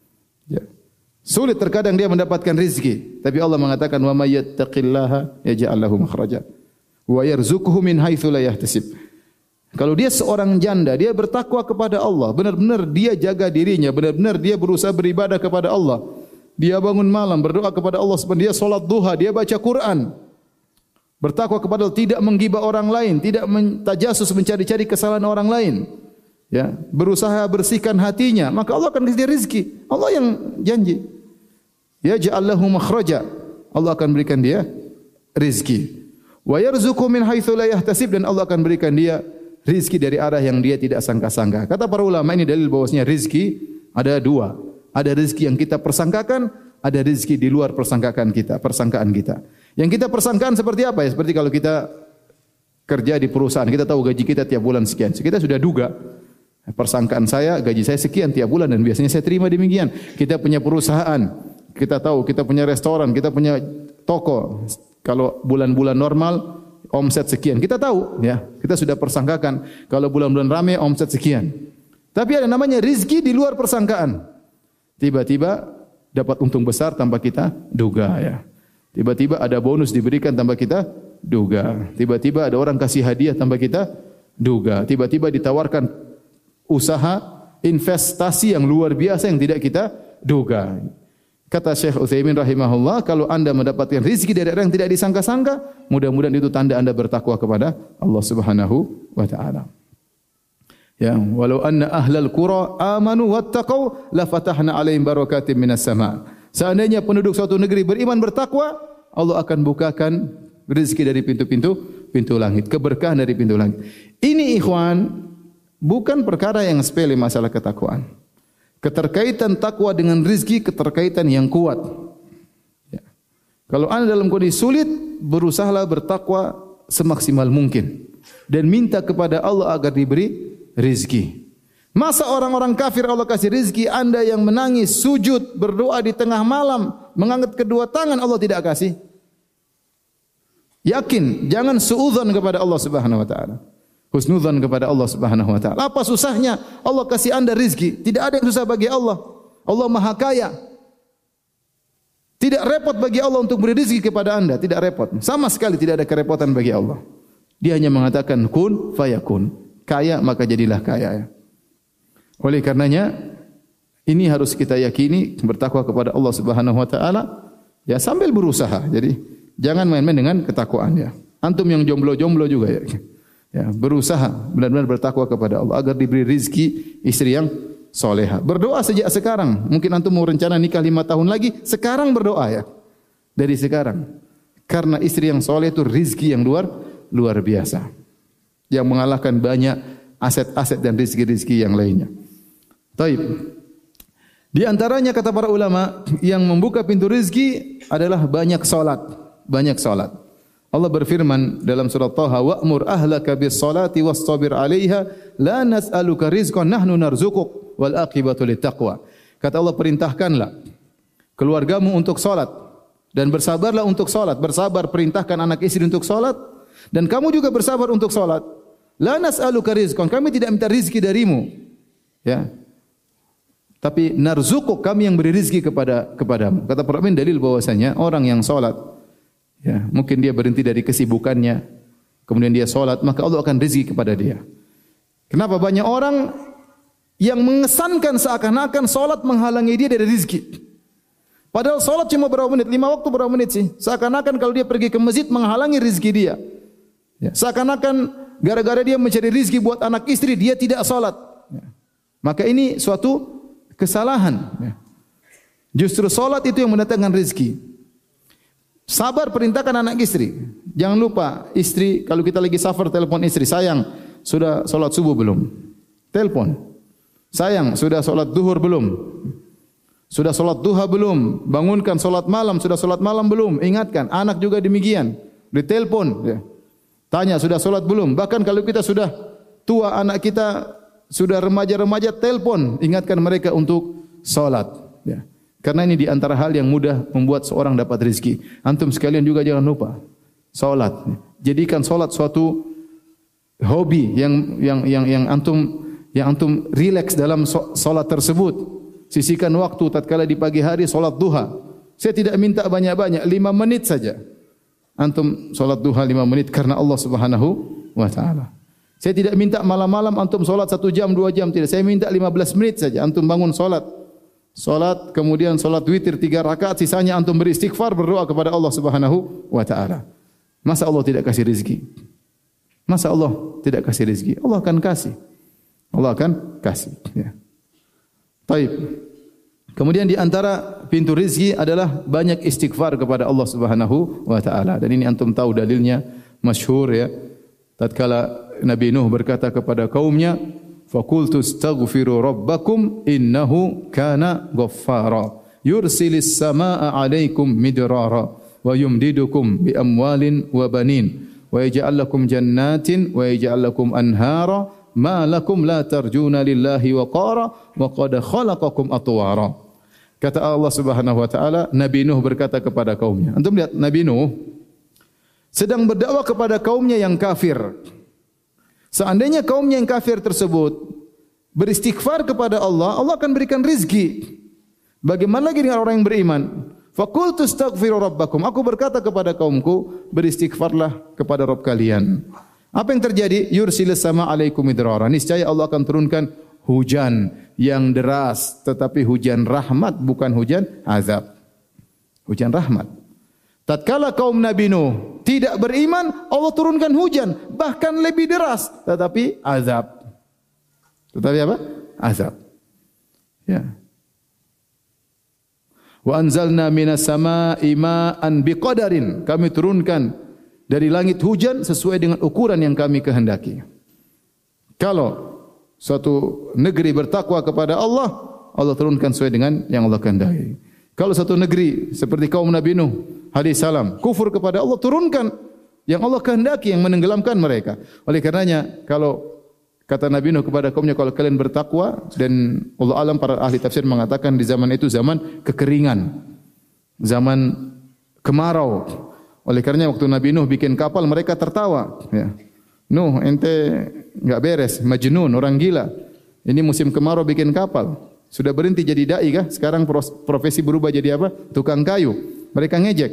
Ya. Sulit terkadang dia mendapatkan rezeki. Tapi Allah mengatakan, "Wa may yattaqillaha yaj'al lahu makhraja wa yarzuquhu min haitsu la yahtasib." Kalau dia seorang janda, dia bertakwa kepada Allah, benar-benar dia jaga dirinya, benar-benar dia berusaha beribadah kepada Allah. Dia bangun malam berdoa kepada Allah, dia salat duha, dia baca Quran. Bertakwa kepada Allah, tidak menggibah orang lain, tidak tajasus mencari-cari kesalahan orang lain. Ya, berusaha bersihkan hatinya, maka Allah akan kasih rezeki. Allah yang janji. Ya ja'allahu makhraja. Allah akan berikan dia rezeki. Wa yarzuqhu min haitsu la yahtasib, dan Allah akan berikan dia rezeki dari arah yang dia tidak sangka-sangka. Kata para ulama, ini dalil bahwasanya rezeki ada dua. Ada rezeki yang kita persangkakan, ada rezeki di luar persangkaan kita, persangkaan kita. Yang kita persangkaan seperti apa ya? Seperti kalau kita kerja di perusahaan, kita tahu gaji kita tiap bulan sekian. Kita sudah duga, persangkaan saya gaji saya sekian tiap bulan dan biasanya saya terima demikian. Kita punya perusahaan, kita tahu, kita punya restoran, kita punya toko. Kalau bulan-bulan normal omset sekian, kita tahu ya. Kita sudah persangkakan kalau bulan-bulan ramai omset sekian. Tapi ada namanya rezeki di luar persangkaan. Tiba-tiba dapat untung besar tanpa kita duga ya. Tiba-tiba ada bonus diberikan tanpa kita duga. Tiba-tiba ada orang kasih hadiah tanpa kita duga. Tiba-tiba ditawarkan usaha investasi yang luar biasa yang tidak kita duga. Kata Syekh Utsaimin rahimahullah, kalau Anda mendapatkan rezeki dari orang yang tidak disangka-sangka, mudah-mudahan itu tanda Anda bertakwa kepada Allah Subhanahu wa taala. Ya, walau anna ahlal qura amanu wattaqau la fatahna 'alaihim barakatim minas sama'. Seandainya penduduk suatu negeri beriman bertakwa, Allah akan bukakan rezeki dari pintu-pintu pintu langit, keberkahan dari pintu langit. Ini ikhwan bukan perkara yang sepele masalah ketakwaan. Keterkaitan takwa dengan rezeki keterkaitan yang kuat. Ya. Kalau Anda dalam kondisi sulit, berusahalah bertakwa semaksimal mungkin dan minta kepada Allah agar diberi rizki. Masa orang-orang kafir Allah kasih rizki, Anda yang menangis, sujud, berdoa di tengah malam, mengangkat kedua tangan, Allah tidak kasih? Yakin, jangan suudzon kepada Allah Subhanahu wa taala. Husnudzon kepada Allah Subhanahu wa taala. Apa susahnya Allah kasih Anda rizki? Tidak ada yang susah bagi Allah. Allah Maha Kaya. Tidak repot bagi Allah untuk beri rizki kepada Anda, tidak repot. Sama sekali tidak ada kerepotan bagi Allah. Dia hanya mengatakan kun fayakun. Kaya maka jadilah kaya. Oleh karenanya ini harus kita yakini, bertakwa kepada Allah Subhanahu wa taala ya sambil berusaha. Jadi jangan main-main dengan ketakwaan ya. Antum yang jomblo-jomblo juga ya. Ya, berusaha benar-benar bertakwa kepada Allah agar diberi rizki istri yang soleha. Berdoa sejak sekarang. Mungkin antum mau rencana nikah lima tahun lagi, sekarang berdoa ya. Dari sekarang. Karena istri yang soleh itu rizki yang luar luar biasa. Yang mengalahkan banyak aset-aset dan rizki-rizki yang lainnya. Taib. Di antaranya kata para ulama yang membuka pintu rizki adalah banyak salat, banyak salat. Allah berfirman dalam surah Taha, "Wa'mur ahlaka bis-salati was-sabir 'alaiha, la nas'aluka rizqan nahnu narzuquk wal aqibatu littaqwa." Kata Allah, perintahkanlah keluargamu untuk salat dan bersabarlah untuk salat. Bersabar, perintahkan anak istri untuk salat dan kamu juga bersabar untuk salat. La nas'aluka rizqan, kami tidak minta rizki darimu. Ya. Tapi narzuquk, kami yang beri rizki kepada kepadamu. Kata para ulama dalil bahwasanya orang yang salat ya, mungkin dia berhenti dari kesibukannya, kemudian dia salat, maka Allah akan rizki kepada dia. Kenapa banyak orang yang mengesankan seakan-akan salat menghalangi dia dari rizki? Padahal salat cuma berapa menit? Lima waktu berapa menit sih? Seakan-akan kalau dia pergi ke masjid menghalangi rizki dia. Ya. Seakan-akan gara-gara dia mencari rizki buat anak istri, dia tidak salat. Ya. Maka ini suatu kesalahan. Ya. Justru salat itu yang mendatangkan rizki. Sabar, perintahkan anak istri. Jangan lupa, istri, kalau kita lagi safar, telepon istri. Sayang, sudah salat subuh belum? Telepon. Sayang, sudah salat duhur belum? Sudah salat duha belum? Bangunkan salat malam, sudah salat malam belum? Ingatkan, anak juga demikian. Ditelepon. Ya. Tanya, sudah salat belum? Bahkan kalau kita sudah tua, anak kita sudah remaja-remaja, telepon, ingatkan mereka untuk salat. Ya. Karena ini di antara hal yang mudah membuat seorang dapat rezeki. Antum sekalian juga jangan lupa salat. Jadikan salat suatu hobi yang yang yang yang antum yang antum rileks dalam salat tersebut. Sisihkan waktu tatkala di pagi hari salat duha. Saya tidak minta banyak-banyak, lima menit saja. Antum salat duha lima menit karena Allah Subhanahu wa taala. Saya tidak minta malam-malam antum salat satu jam, dua jam, tidak. Saya minta lima belas menit saja antum bangun salat. Salat, kemudian salat witir tiga rakaat, sisanya antum beristighfar, berdoa kepada Allah Subhanahu wa taala. Masa Allah tidak kasih rezeki? Masa Allah tidak kasih rezeki? Allah akan kasih. Allah akan kasih, ya. Taib. Kemudian di antara pintu rezeki adalah banyak istighfar kepada Allah Subhanahu wa taala. Dan ini antum tahu dalilnya masyhur ya. Tatkala Nabi Nuh berkata kepada kaumnya, "Faqultu astaghfiru rabbakum innahu kana ghaffara yursilis samaa'a 'alaikum midrara wa yumdidukum bi amwalin wa banin wa yaj'al lakum jannatin wa yaj'al lakum anhara ma lakum la tarjuna lillahi waqara wa qad khalaqakum atwara." Kata Allah Subhanahu wa taala, Nabi Nuh berkata kepada kaumnya. Antum lihat Nabi Nuh sedang berdakwah kepada kaumnya yang kafir. Seandainya kaumnya yang kafir tersebut beristighfar kepada Allah, Allah akan berikan rizki. Bagaimana lagi dengan orang yang beriman? Faqultu astaghfiru rabbakum. Aku berkata kepada kaumku, beristighfarlah kepada Rabb kalian. Apa yang terjadi? Yursilis sama alaikum midrara. Niscaya Allah akan turunkan hujan yang deras, tetapi hujan rahmat, bukan hujan azab. Hujan rahmat. Tatkala kaum Nabi Nuh tidak beriman, Allah turunkan hujan, bahkan lebih deras, tetapi azab. Tetapi apa? Azab. Ya. Wa anzalna minas samaa'i ma'an biqadarin. Kami turunkan dari langit hujan sesuai dengan ukuran yang kami kehendaki. Kalau suatu negeri bertakwa kepada Allah, Allah turunkan sesuai dengan yang Allah kehendaki. Kalau satu negeri seperti kaum Nabi Nuh alaihi salam kufur kepada Allah, turunkan yang Allah kehendaki yang menenggelamkan mereka. Oleh karenanya kalau kata Nabi Nuh kepada kaumnya, kalau kalian bertakwa, dan Allah alam para ahli tafsir mengatakan di zaman itu zaman kekeringan, zaman kemarau. Oleh karenanya waktu Nabi Nuh bikin kapal, mereka tertawa. Ya. Nuh, ente enggak beres, majnun, orang gila. Ini musim kemarau bikin kapal. Sudah berhenti jadi dai kah? Sekarang profesi berubah jadi apa? Tukang kayu. Mereka ngejek.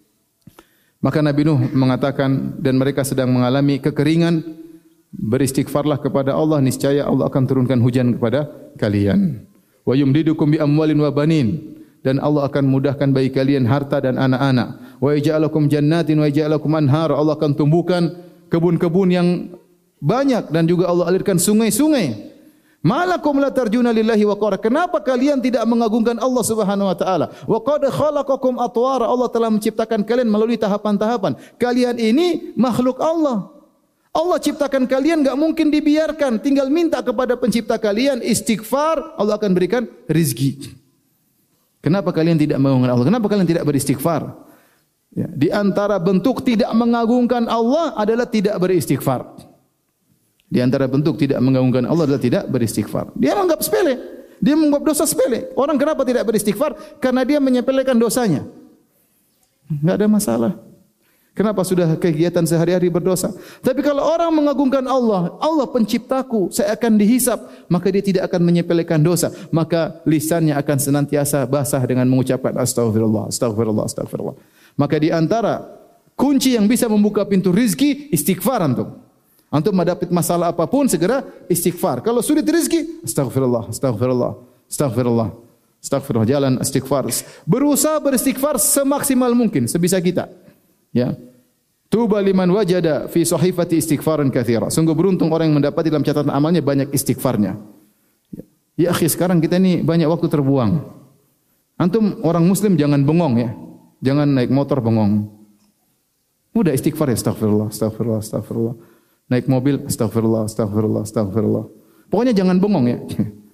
Maka Nabi Nuh mengatakan, dan mereka sedang mengalami kekeringan, beristighfarlah kepada Allah, niscaya Allah akan turunkan hujan kepada kalian. Wa yumdidukum bi amwalin wa banin, dan Allah akan mudahkan bagi kalian harta dan anak-anak. Wa yaj'alakum jannatin wa yaj'alakum anhar, Allah akan tumbuhkan kebun-kebun yang banyak dan juga Allah alirkan sungai-sungai. Malakum la tarjuna lillahi wa qara. Kenapa kalian tidak mengagungkan Allah Subhanahu wa taala? Wa qad khalaqakum atwara. Allah telah menciptakan kalian melalui tahapan-tahapan. Kalian ini makhluk Allah. Allah ciptakan kalian, enggak mungkin dibiarkan. Tinggal minta kepada pencipta kalian istighfar, Allah akan berikan rezeki. Kenapa kalian tidak mengagungkan Allah? Kenapa kalian tidak beristighfar? Ya, di antara bentuk tidak mengagungkan Allah adalah tidak beristighfar. Di antara bentuk tidak mengagungkan Allah adalah tidak beristighfar. Dia menganggap sepele. Dia menganggap dosa sepele. Orang kenapa tidak beristighfar? Karena dia menyepelekan dosanya. Enggak ada masalah. Kenapa sudah kegiatan sehari-hari berdosa? Tapi kalau orang mengagungkan Allah, Allah penciptaku, saya akan dihisap, maka dia tidak akan menyepelekan dosa. Maka lisannya akan senantiasa basah dengan mengucapkan astagfirullah, astagfirullah, astagfirullah. Maka di antara kunci yang bisa membuka pintu rizki, istighfar antum. Antum mendapat masalah apapun, segera istighfar. Kalau sulit rezeki, astagfirullah, astagfirullah, astagfirullah, astagfirullah, jalan istighfar. Berusaha beristighfar semaksimal mungkin, sebisa kita. Ya. Tuba liman wajada fi sahifati istighfaran katsira. Sungguh beruntung orang yang mendapat dalam catatan amalnya banyak istighfarnya. Ya, ya akhi, sekarang kita ini banyak waktu terbuang. Antum orang muslim jangan bengong ya. Jangan naik motor bengong. Mudah istighfar ya, astagfirullah, astagfirullah, astagfirullah. Naik mobil, astagfirullah, astagfirullah, astagfirullah. Pokoknya jangan bengong ya.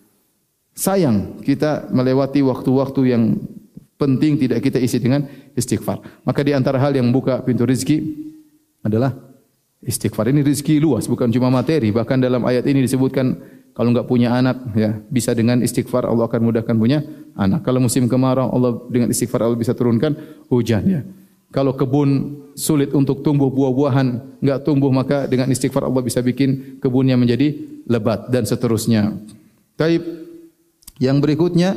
Sayang kita melewati waktu-waktu yang penting tidak kita isi dengan istighfar. Maka di antara hal yang buka pintu rezeki adalah istighfar. Ini rezeki luas, bukan cuma materi. Bahkan dalam ayat ini disebutkan kalau enggak punya anak, ya bisa dengan istighfar Allah akan mudahkan punya anak. Kalau musim kemarau, Allah dengan istighfar Allah bisa turunkan hujan. Ya. Kalau kebun sulit untuk tumbuh buah-buahan, enggak tumbuh, maka dengan istighfar Allah bisa bikin kebunnya menjadi lebat dan seterusnya. Taib. Yang berikutnya,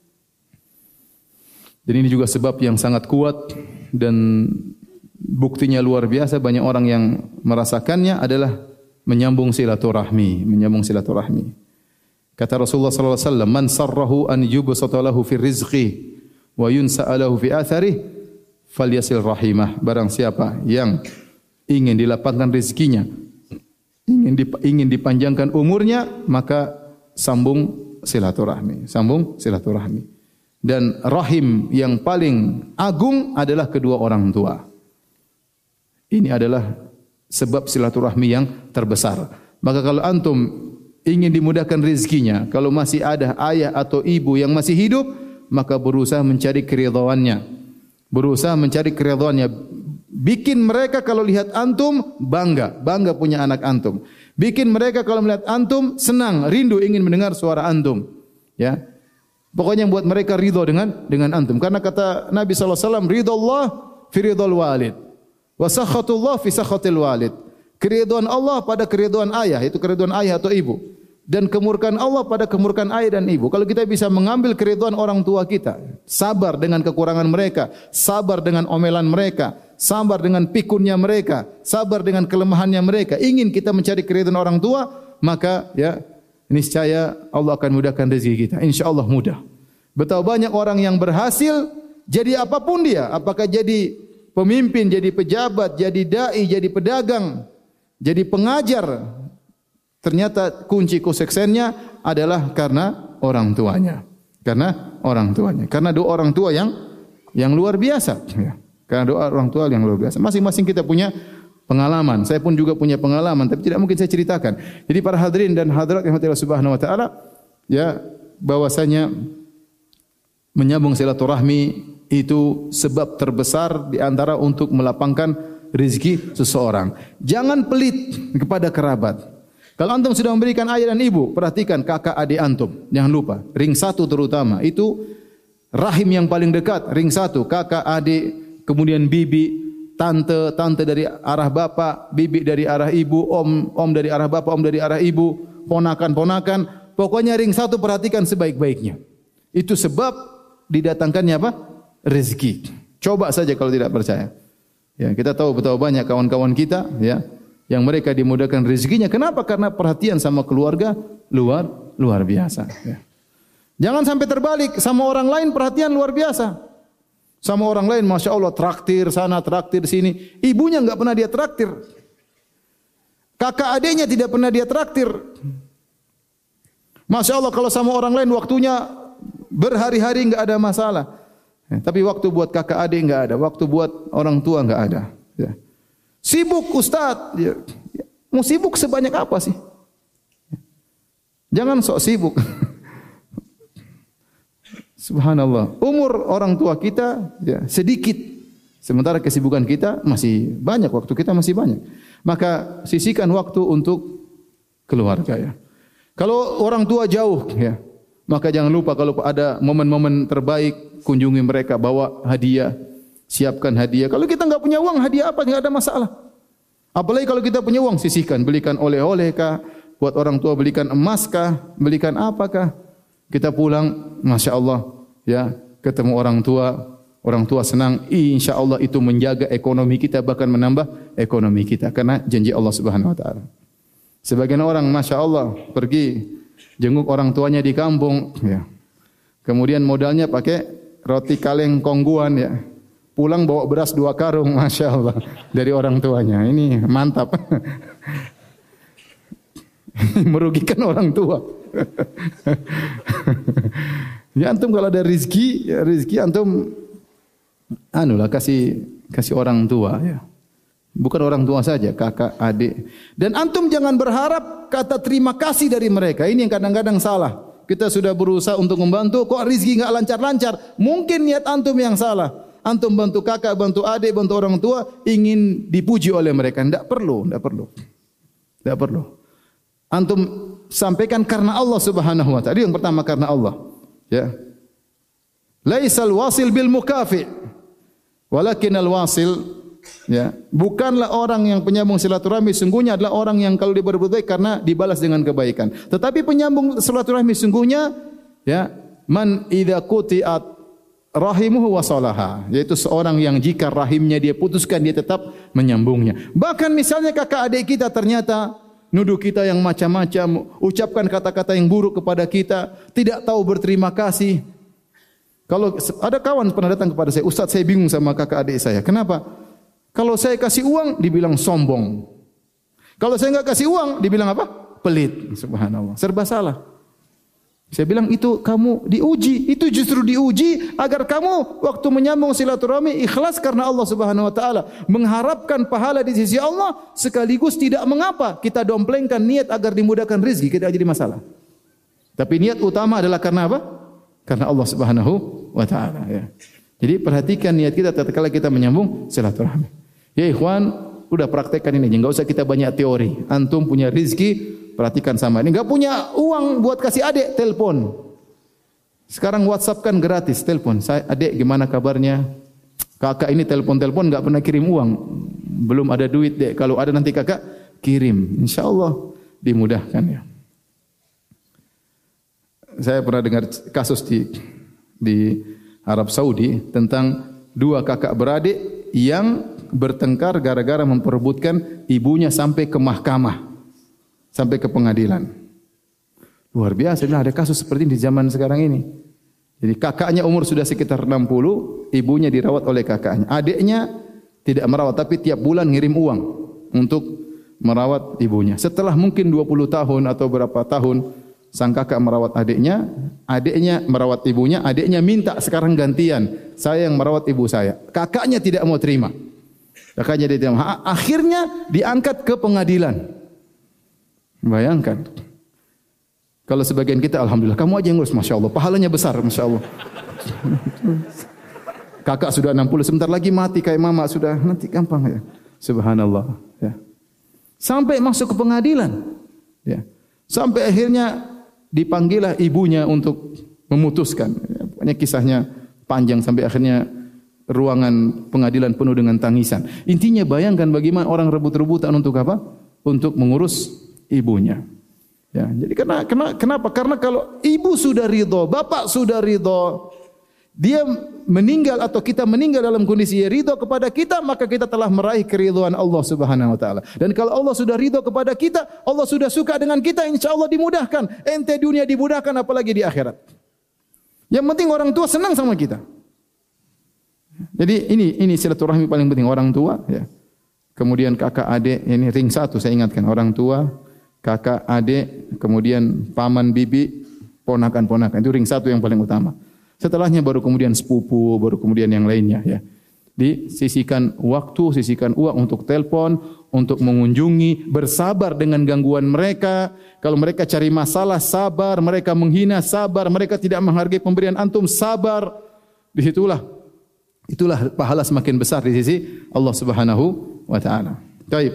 dan ini juga sebab yang sangat kuat dan buktinya luar biasa, banyak orang yang merasakannya adalah menyambung silaturahmi, menyambung silaturahmi. Kata Rasulullah sallallahu alaihi wasallam, "Man sarrahu an yubsata lahu fi rizqi wa yunsa'a lahu fi atharihi falyasil rahimah." Barang siapa yang ingin dilapangkan rezekinya, ingin dip, ingin dipanjangkan umurnya, maka sambung silaturahmi, sambung silaturahmi. Dan rahim yang paling agung adalah kedua orang tua. Ini adalah sebab silaturahmi yang terbesar. Maka kalau antum ingin dimudahkan rezekinya, kalau masih ada ayah atau ibu yang masih hidup, maka berusaha mencari keridhaannya. Berusaha mencari keridhaannya. Bikin mereka kalau lihat antum bangga, bangga punya anak antum. Bikin mereka kalau melihat antum senang, rindu ingin mendengar suara antum. Ya. Pokoknya buat mereka ridha dengan dengan antum. Karena kata Nabi sallallahu alaihi wasallam, ridallah fi ridal walid wa sakhatullah fi sakhatil walid. Keridhaan Allah pada keridhaan ayah, itu keridhaan ayah atau ibu, dan kemurkaan Allah pada kemurkaan ayah dan ibu. Kalau kita bisa mengambil keridhaan orang tua kita, sabar dengan kekurangan mereka, sabar dengan omelan mereka, sabar dengan pikunnya mereka, sabar dengan kelemahannya mereka, ingin kita mencari keridhaan orang tua, maka ya niscaya Allah akan mudahkan rezeki kita. Insyaallah mudah. Betapa banyak orang yang berhasil jadi apapun dia, apakah jadi pemimpin, jadi pejabat, jadi dai, jadi pedagang, jadi pengajar, Ternyata kunci kesuksesannya adalah karena orang tuanya. Karena orang tuanya. Karena doa orang tua yang yang luar biasa. Ya. Karena doa orang tua yang luar biasa. Masing-masing kita punya pengalaman. Saya pun juga punya pengalaman, tapi tidak mungkin saya ceritakan. Jadi para hadirin dan hadirat yang Allah Subhanahu wa taala, ya, bahwasanya menyambung silaturahmi itu sebab terbesar di antara untuk melapangkan rezeki seseorang. Jangan pelit kepada kerabat. Kalau antum sudah memberikan ayah dan ibu, perhatikan kakak adik antum. Jangan lupa, ring satu terutama. Itu rahim yang paling dekat, ring satu. Kakak, adik, kemudian bibi, tante, tante dari arah bapak, bibi dari arah ibu, om, om dari arah bapak, om dari arah ibu, ponakan, ponakan. Pokoknya ring satu perhatikan sebaik-baiknya. Itu sebab didatangkannya apa? Rezeki. Coba saja kalau tidak percaya. Ya, kita tahu betapa banyak kawan-kawan kita, ya, yang mereka dimudahkan rezekinya. Kenapa? Karena perhatian sama keluarga luar luar biasa. Ya. Jangan sampai terbalik, sama orang lain perhatian luar biasa. Sama orang lain, masya Allah, traktir sana, traktir sini. Ibunya nggak pernah dia traktir. Kakak adiknya tidak pernah dia traktir. Masya Allah, kalau sama orang lain waktunya berhari-hari nggak ada masalah. Ya, tapi waktu buat kakak adik nggak ada, waktu buat orang tua nggak ada. Ya. Sibuk Ustaz, ya, ya. Mau sibuk sebanyak apa sih? Jangan sok sibuk. Subhanallah. Umur orang tua kita ya, sedikit, sementara kesibukan kita masih banyak, waktu kita masih banyak. Maka sisihkan waktu untuk keluarga ya. Kalau orang tua jauh ya, maka jangan lupa kalau ada momen-momen terbaik, kunjungi mereka, bawa hadiah. Siapkan hadiah. Kalau kita enggak punya uang, hadiah apa? Enggak ada masalah. Apalagi kalau kita punya uang, sisihkan. Belikan oleh-oleh kah? Buat orang tua belikan emas kah? Belikan apakah? Kita pulang, Masya Allah, ya, ketemu orang tua. Orang tua senang. Insya Allah itu menjaga ekonomi kita, bahkan menambah ekonomi kita. Karena janji Allah Subhanahu Wa Taala. Sebagian orang, Masya Allah, pergi jenguk orang tuanya di kampung. Ya. Kemudian modalnya pakai roti kaleng kongguan, ya. Pulang bawa beras dua karung, Masya Allah, dari orang tuanya. Ini mantap. Merugikan orang tua. Ya antum kalau ada rezeki, ya rezeki antum anulah kasih kasih orang tua ya. Bukan orang tua saja, kakak, adik. Dan antum jangan berharap kata terima kasih dari mereka. Ini yang kadang-kadang salah. Kita sudah berusaha untuk membantu, kok rezeki enggak lancar-lancar? Mungkin niat antum yang salah. Antum bantu kakak, bantu adik, bantu orang tua, ingin dipuji oleh mereka. Tidak perlu, tidak perlu. Tidak perlu. Antum sampaikan karena Allah Subhanahu wa taala. Yang pertama karena Allah. Ya. Laisal wasil bil mukafi, walakinal wasil, ya, bukanlah orang yang penyambung silaturahmi, sungguhnya adalah orang yang kalau dia berbuat baik karena dibalas dengan kebaikan. Tetapi penyambung silaturahmi sungguhnya, ya, man idza quti'at rahimuhu wasalaha, yaitu seorang yang jika rahimnya dia putuskan, dia tetap menyambungnya. Bahkan misalnya kakak adik kita ternyata nuduh kita yang macam-macam, ucapkan kata-kata yang buruk kepada kita, tidak tahu berterima kasih. Kalau ada kawan pernah datang kepada saya, Ustaz saya bingung sama kakak adik saya. Kenapa? Kalau saya kasih uang dibilang sombong. Kalau saya enggak kasih uang dibilang apa? Pelit. Subhanallah. Serba salah. Saya bilang itu kamu diuji, itu justru diuji agar kamu waktu menyambung silaturahmi ikhlas karena Allah Subhanahu wa taala, mengharapkan pahala di sisi Allah sekaligus tidak mengapa kita domplengkan niat agar dimudahkan rezeki, tidak jadi masalah. Tapi niat utama adalah karena apa? Karena Allah Subhanahu wa taala ya. Jadi perhatikan niat kita tatkala kita menyambung silaturahmi. Ya ikhwan, udah praktekkan ini, enggak usah kita banyak teori. Antum punya rezeki, perhatikan sama ini. Enggak punya uang buat kasih adik, telepon. Sekarang WhatsApp kan gratis, telepon. Saya adik gimana kabarnya? Kakak ini telepon-telepon enggak pernah kirim uang. Belum ada duit, Dek. Kalau ada nanti kakak kirim. Insyaallah dimudahkan ya. Saya pernah dengar kasus di di Arab Saudi tentang dua kakak beradik yang bertengkar gara-gara memperebutkan ibunya sampai ke mahkamah, sampai ke pengadilan. Luar biasa, ada kasus seperti ini di zaman sekarang ini. Jadi kakaknya umur sudah sekitar enam puluh, ibunya dirawat oleh kakaknya. Adiknya tidak merawat, tapi tiap bulan ngirim uang untuk merawat ibunya. Setelah mungkin dua puluh tahun atau berapa tahun sang kakak merawat adiknya, adiknya merawat ibunya, adiknya minta sekarang gantian, saya yang merawat ibu saya. Kakaknya tidak mau terima. Kakaknya dia tidak mau. Akhirnya diangkat ke pengadilan. Bayangkan. Kalau sebagian kita, alhamdulillah, kamu aja yang ngurus, masya Allah, pahalanya besar, masya Allah. Kakak sudah enam puluh, sebentar lagi mati kayak mama, sudah nanti gampang ya. Subhanallah. Ya. Sampai masuk ke pengadilan. Ya. Sampai akhirnya dipanggillah ibunya untuk memutuskan. Ya, pokoknya kisahnya panjang sampai akhirnya ruangan pengadilan penuh dengan tangisan. Intinya bayangkan bagaimana orang rebut-rebutan untuk apa? Untuk mengurus ibunya. Ya, jadi karena, karena kenapa? Karena kalau ibu sudah ridho, bapak sudah ridho, dia meninggal atau kita meninggal dalam kondisi ridho kepada kita, maka kita telah meraih keridhaan Allah Subhanahu wa taala. Dan kalau Allah sudah ridho kepada kita, Allah sudah suka dengan kita, insyaallah dimudahkan. Ente dunia dimudahkan, apalagi di akhirat. Yang penting orang tua senang sama kita. Jadi ini ini silaturahmi paling penting, orang tua ya. Kemudian kakak adik, ini ring satu saya ingatkan, orang tua, kakak adik, kemudian paman bibi, ponakan-ponakan, itu ring satu yang paling utama. Setelahnya baru kemudian sepupu, baru kemudian yang lainnya ya. Disisihkan waktu, sisihkan uang untuk telepon, untuk mengunjungi, bersabar dengan gangguan mereka. Kalau mereka cari masalah, sabar. Mereka menghina, sabar. Mereka tidak menghargai pemberian antum, sabar. Disitulah, itulah pahala semakin besar di sisi Allah Subhanahu wa taala. Baik.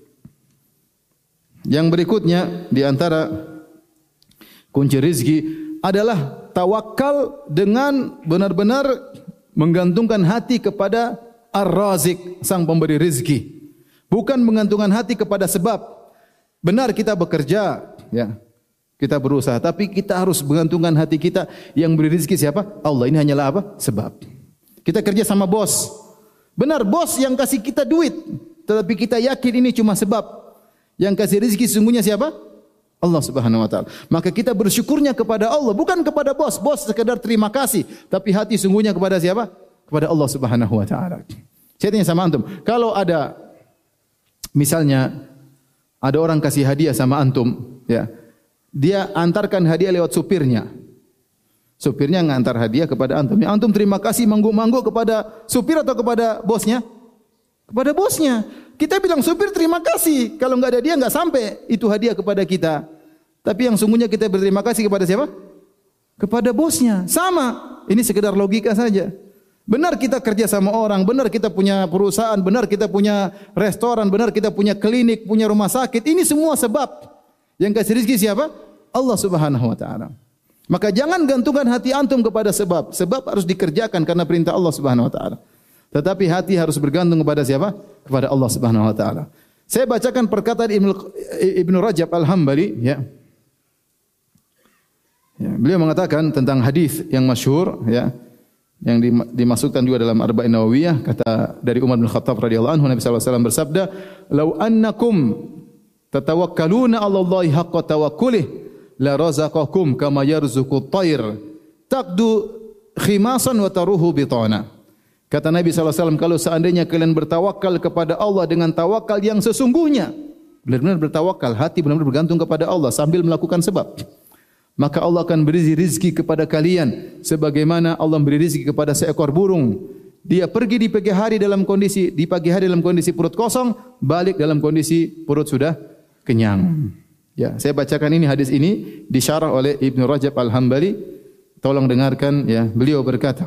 Yang berikutnya di antara kunci rezeki adalah tawakal dengan benar-benar menggantungkan hati kepada Ar-Razik, sang pemberi rezeki. Bukan menggantungkan hati kepada sebab. Benar kita bekerja, ya. Kita berusaha, tapi kita harus menggantungkan hati kita yang beri rezeki siapa? Allah. Ini hanyalah apa? Sebab. Kita kerja sama bos. Benar, bos yang kasih kita duit, tetapi kita yakin ini cuma sebab. Yang kasih rezeki sesungguhnya siapa? Allah Subhanahu wa taala. Maka kita bersyukurnya kepada Allah, bukan kepada bos. Bos sekedar terima kasih, tapi hati sungguhnya kepada siapa? Kepada Allah Subhanahu wa taala. Saya tanya sama antum, kalau ada misalnya ada orang kasih hadiah sama antum, ya. Dia antarkan hadiah lewat supirnya. Supirnya ngantar hadiah kepada antum. Ya, antum terima kasih mangguk-mangguk kepada supir atau kepada bosnya? Kepada bosnya. Kita bilang supir terima kasih. Kalau enggak ada dia enggak sampai itu hadiah kepada kita. Tapi yang sungguhnya kita berterima kasih kepada siapa? Kepada bosnya. Sama. Ini sekedar logika saja. Benar kita kerja sama orang, benar kita punya perusahaan, benar kita punya restoran, benar kita punya klinik, punya rumah sakit. Ini semua sebab. Yang kasih rezeki siapa? Allah Subhanahu wa taala. Maka jangan gantungkan hati antum kepada sebab. Sebab harus dikerjakan karena perintah Allah Subhanahu wa taala. Tetapi hati harus bergantung kepada siapa? Kepada Allah Subhanahu wa taala. Saya bacakan perkataan Ibnu Ibnu Rajab Al-Hambali ya. Ya, beliau mengatakan tentang hadis yang masyhur ya, yang dimasukkan juga dalam Arba'in Nawawiyah, kata dari Umar bin Khattab radhiyallahu anhu, Nabi sallallahu alaihi wasallam bersabda, "Lau annakum tatawakkaluna 'ala Allahi haqqa tawakkulih la razaqakum kama yarzuqut thair taqdu khimasan wa taruhu bitana." Kata Nabi sallallahu alaihi wasallam, kalau seandainya kalian bertawakal kepada Allah dengan tawakal yang sesungguhnya, benar-benar bertawakal, hati benar-benar bergantung kepada Allah sambil melakukan sebab, maka Allah akan beri rezeki kepada kalian sebagaimana Allah beri rezeki kepada seekor burung. Dia pergi di pagi hari dalam kondisi di pagi hari dalam kondisi perut kosong, balik dalam kondisi perut sudah kenyang. Ya, saya bacakan ini hadis ini disyarah oleh Ibnu Rajab Al-Hambali. Tolong dengarkan ya. Beliau berkata,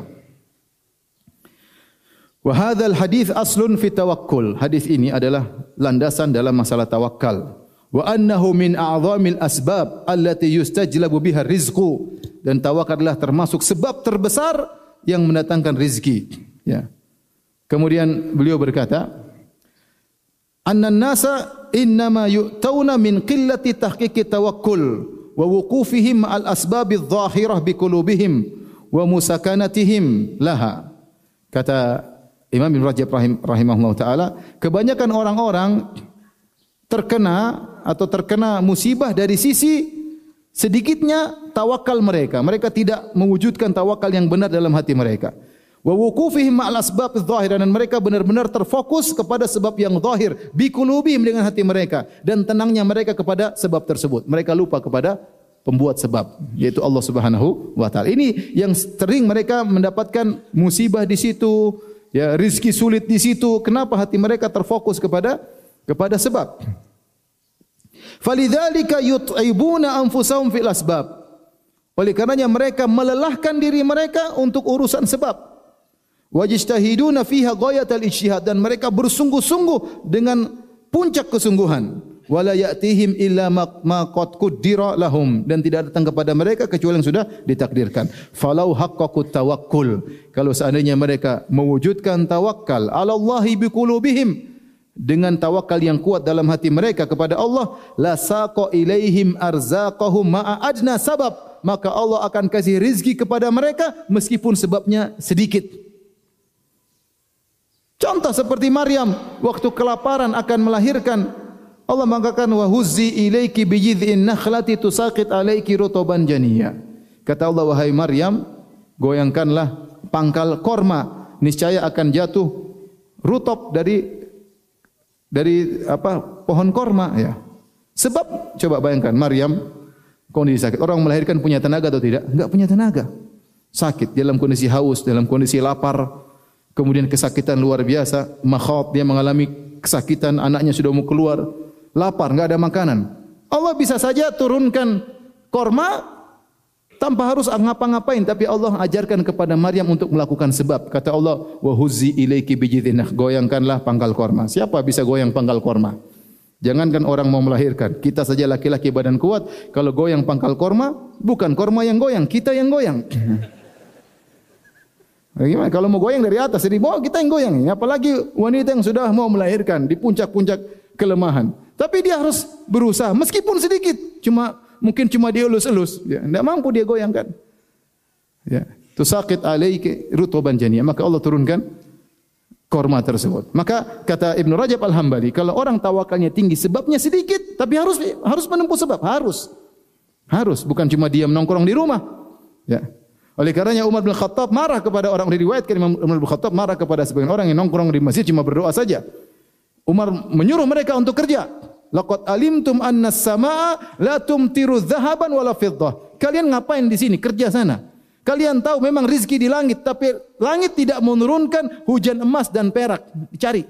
wa hadzal hadits aslun fi tawakkul. Hadis ini adalah landasan dalam masalah tawakal. Wa annahu min a'zamil asbab allati yustajlabu biha rizqu. Dan tawakal adalah termasuk sebab terbesar yang mendatangkan rezeki. Ya. Kemudian beliau berkata, annan nasa innama yu'tauna min qillati tahqiqi tawakkul wa wuqufihim al asbabidh dhahirah bi qulubihim wa musakanatihim laha. Kata Imam Ibnu Rajab rahim, rahimahullah ta'ala, kebanyakan orang-orang terkena atau terkena musibah dari sisi sedikitnya tawakal mereka. Mereka tidak mewujudkan tawakal yang benar dalam hati mereka. Wa wuqufihim ma'al asbab adh-dhahirah, dan mereka benar-benar terfokus kepada sebab yang zahir, bi qulubihim, dengan hati mereka, dan tenangnya mereka kepada sebab tersebut. Mereka lupa kepada pembuat sebab, yaitu Allah Subhanahu wa taala. Ini yang sering mereka mendapatkan musibah di situ, ya, rezeki sulit di situ. Kenapa? Hati mereka terfokus kepada kepada sebab. Falidzalika yut'ibuna anfusahum fil asbab. Oleh karenanya mereka melelahkan diri mereka untuk urusan sebab. Wajtahiduna fiha ghayatal ijtihad, dan mereka bersungguh-sungguh dengan puncak kesungguhan. Wala ya'tihim illa ma qad qaddara lahum, dan tidak datang kepada mereka kecuali yang sudah ditakdirkan. Falau haqqaqut tawakkul, kalau seandainya mereka mewujudkan tawakal ala Allahi biqulubihim, dengan tawakal yang kuat dalam hati mereka kepada Allah, la saqa ilaihim arzaqahum ma'a adna sabab, maka Allah akan kasih rizki kepada mereka meskipun sebabnya sedikit. Contoh seperti Maryam waktu kelaparan akan melahirkan, Allah mengatakan wa huzzi ilaiki bi jid'in nakhlati tusaqit alaiki rutuban janiyya. Kata Allah, wahai Maryam, goyangkanlah pangkal korma, niscaya akan jatuh rutub dari dari apa? Pohon korma, ya. Sebab coba bayangkan Maryam kondisi sakit. Orang melahirkan punya tenaga atau tidak? Enggak punya tenaga. Sakit, dalam kondisi haus, dalam kondisi lapar. Kemudian kesakitan luar biasa, makhot, dia mengalami kesakitan, anaknya sudah mau keluar, lapar, enggak ada makanan. Allah bisa saja turunkan korma tanpa harus ngapa-ngapain, tapi Allah ajarkan kepada Maryam untuk melakukan sebab. Kata Allah, wa huzzi ilaiki bijidhin, goyangkanlah pangkal korma. Siapa bisa goyang pangkal korma? Jangankan orang mau melahirkan, kita saja laki-laki badan kuat, kalau goyang pangkal korma, bukan korma yang goyang, kita yang goyang. Bagaimana kalau mau goyang dari atas, dari bawah kita yang goyang. Apalagi wanita yang sudah mau melahirkan di puncak-puncak kelemahan. Tapi dia harus berusaha meskipun sedikit. Cuma mungkin cuma dia elus-elus, ya, enggak mampu dia goyangkan. Ya, tusaqit alaiki rutuban janiyah. Maka Allah turunkan korma tersebut. Maka kata Ibnu Rajab Al-Hambali, kalau orang tawakalnya tinggi, sebabnya sedikit, tapi harus harus menempuh sebab, harus. Harus, bukan cuma diam nongkrong di rumah. Ya. Oleh karenanya Umar bin Khattab marah kepada orang, diriwayatkan Umar bin Khattab marah kepada sebagian orang yang nongkrong di masjid cuma berdoa saja. Umar menyuruh mereka untuk kerja. Laqad alimtum anna as-samaa la tumtiru dhahaban wala fiddah. Kalian ngapain di sini? Kerja sana. Kalian tahu memang rizki di langit, tapi langit tidak menurunkan hujan emas dan perak. Cari.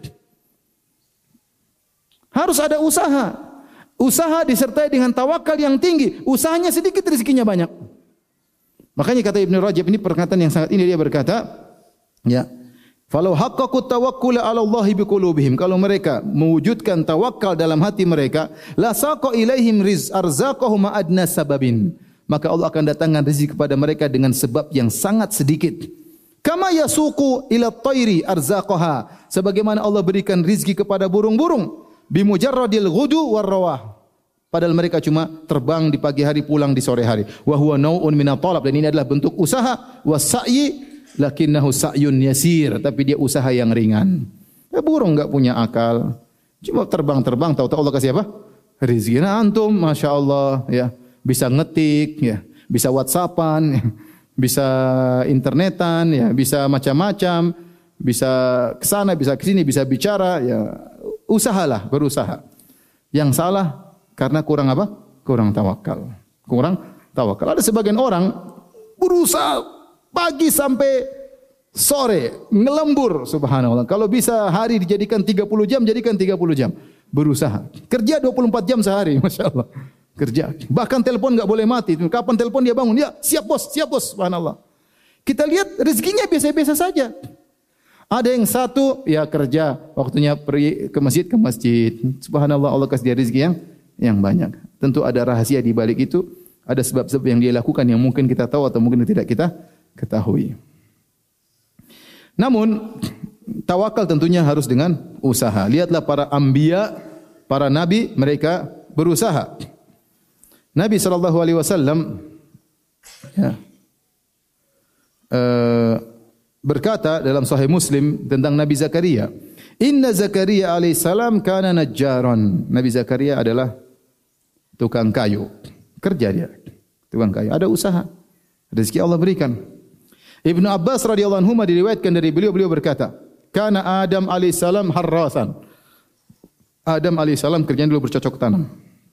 Harus ada usaha. Usaha disertai dengan tawakal yang tinggi. Usahanya sedikit, rizkinya banyak. Makanya kata Ibnu Rajab, ini perkataan yang sangat ini, dia berkata, ya, falau haqqaqut tawakkul 'ala Allahi biqulubihim, kalau mereka mewujudkan tawakal dalam hati mereka, la saqa ilaihim riz arzaqahum adna sababin, maka Allah akan datangkan rezeki kepada mereka dengan sebab yang sangat sedikit. Kama yasuqu ila at-tayri arzaqaha, sebagaimana Allah berikan rezeki kepada burung-burung, bimujarradil ghudu war rawah, padahal mereka cuma terbang di pagi hari, pulang di sore hari. Wa huwa nau'un minat talab, dan ini adalah bentuk usaha. Wa sa'yi lakinnahu sa'yun yasir, tapi dia usaha yang ringan. Ya, burung enggak punya akal, cuma terbang-terbang, tahu-tahu Allah kasih apa? Rezeki. Nah, antum Masya Allah, ya, bisa ngetik, ya, bisa WhatsAppan, ya, bisa internetan, ya, bisa macam-macam, bisa ke sana, bisa ke sini, bisa bicara, ya, usahalah, berusaha. Yang salah karena kurang apa? Kurang tawakal. Kurang tawakal. Ada sebagian orang berusaha pagi sampai sore, ngelembur, subhanallah. Kalau bisa hari dijadikan tiga puluh jam, jadikan tiga puluh jam. Berusaha. Kerja dua puluh empat jam sehari, Masya Allah. Kerja. Bahkan telepon enggak boleh mati. Kapan telepon dia bangun? Ya, siap bos, siap bos, subhanallah. Kita lihat rezekinya biasa-biasa saja. Ada yang satu, ya kerja, waktunya pergi ke masjid, ke masjid. Subhanallah, Allah kasih dia rezeki yang yang banyak. Tentu ada rahasia di balik itu, ada sebab-sebab yang dia lakukan yang mungkin kita tahu atau mungkin tidak kita ketahui. Namun tawakal tentunya harus dengan usaha. Lihatlah para anbiya, para nabi, mereka berusaha. Nabi sallallahu alaihi wasallam ya, uh, berkata dalam Sahih Muslim tentang Nabi Zakaria, Inna Zakaria alaihissalam kana najjaran. Nabi Zakaria adalah tukang kayu. Kerja dia, tukang kayu. Ada usaha. Rezeki Allah berikan. Ibnu Abbas radhiyallahu anhu diriwayatkan dari beliau, beliau berkata, "Kana Adam alaihissalam harrasan." Adam alaihissalam kerjanya dulu bercocok tanam.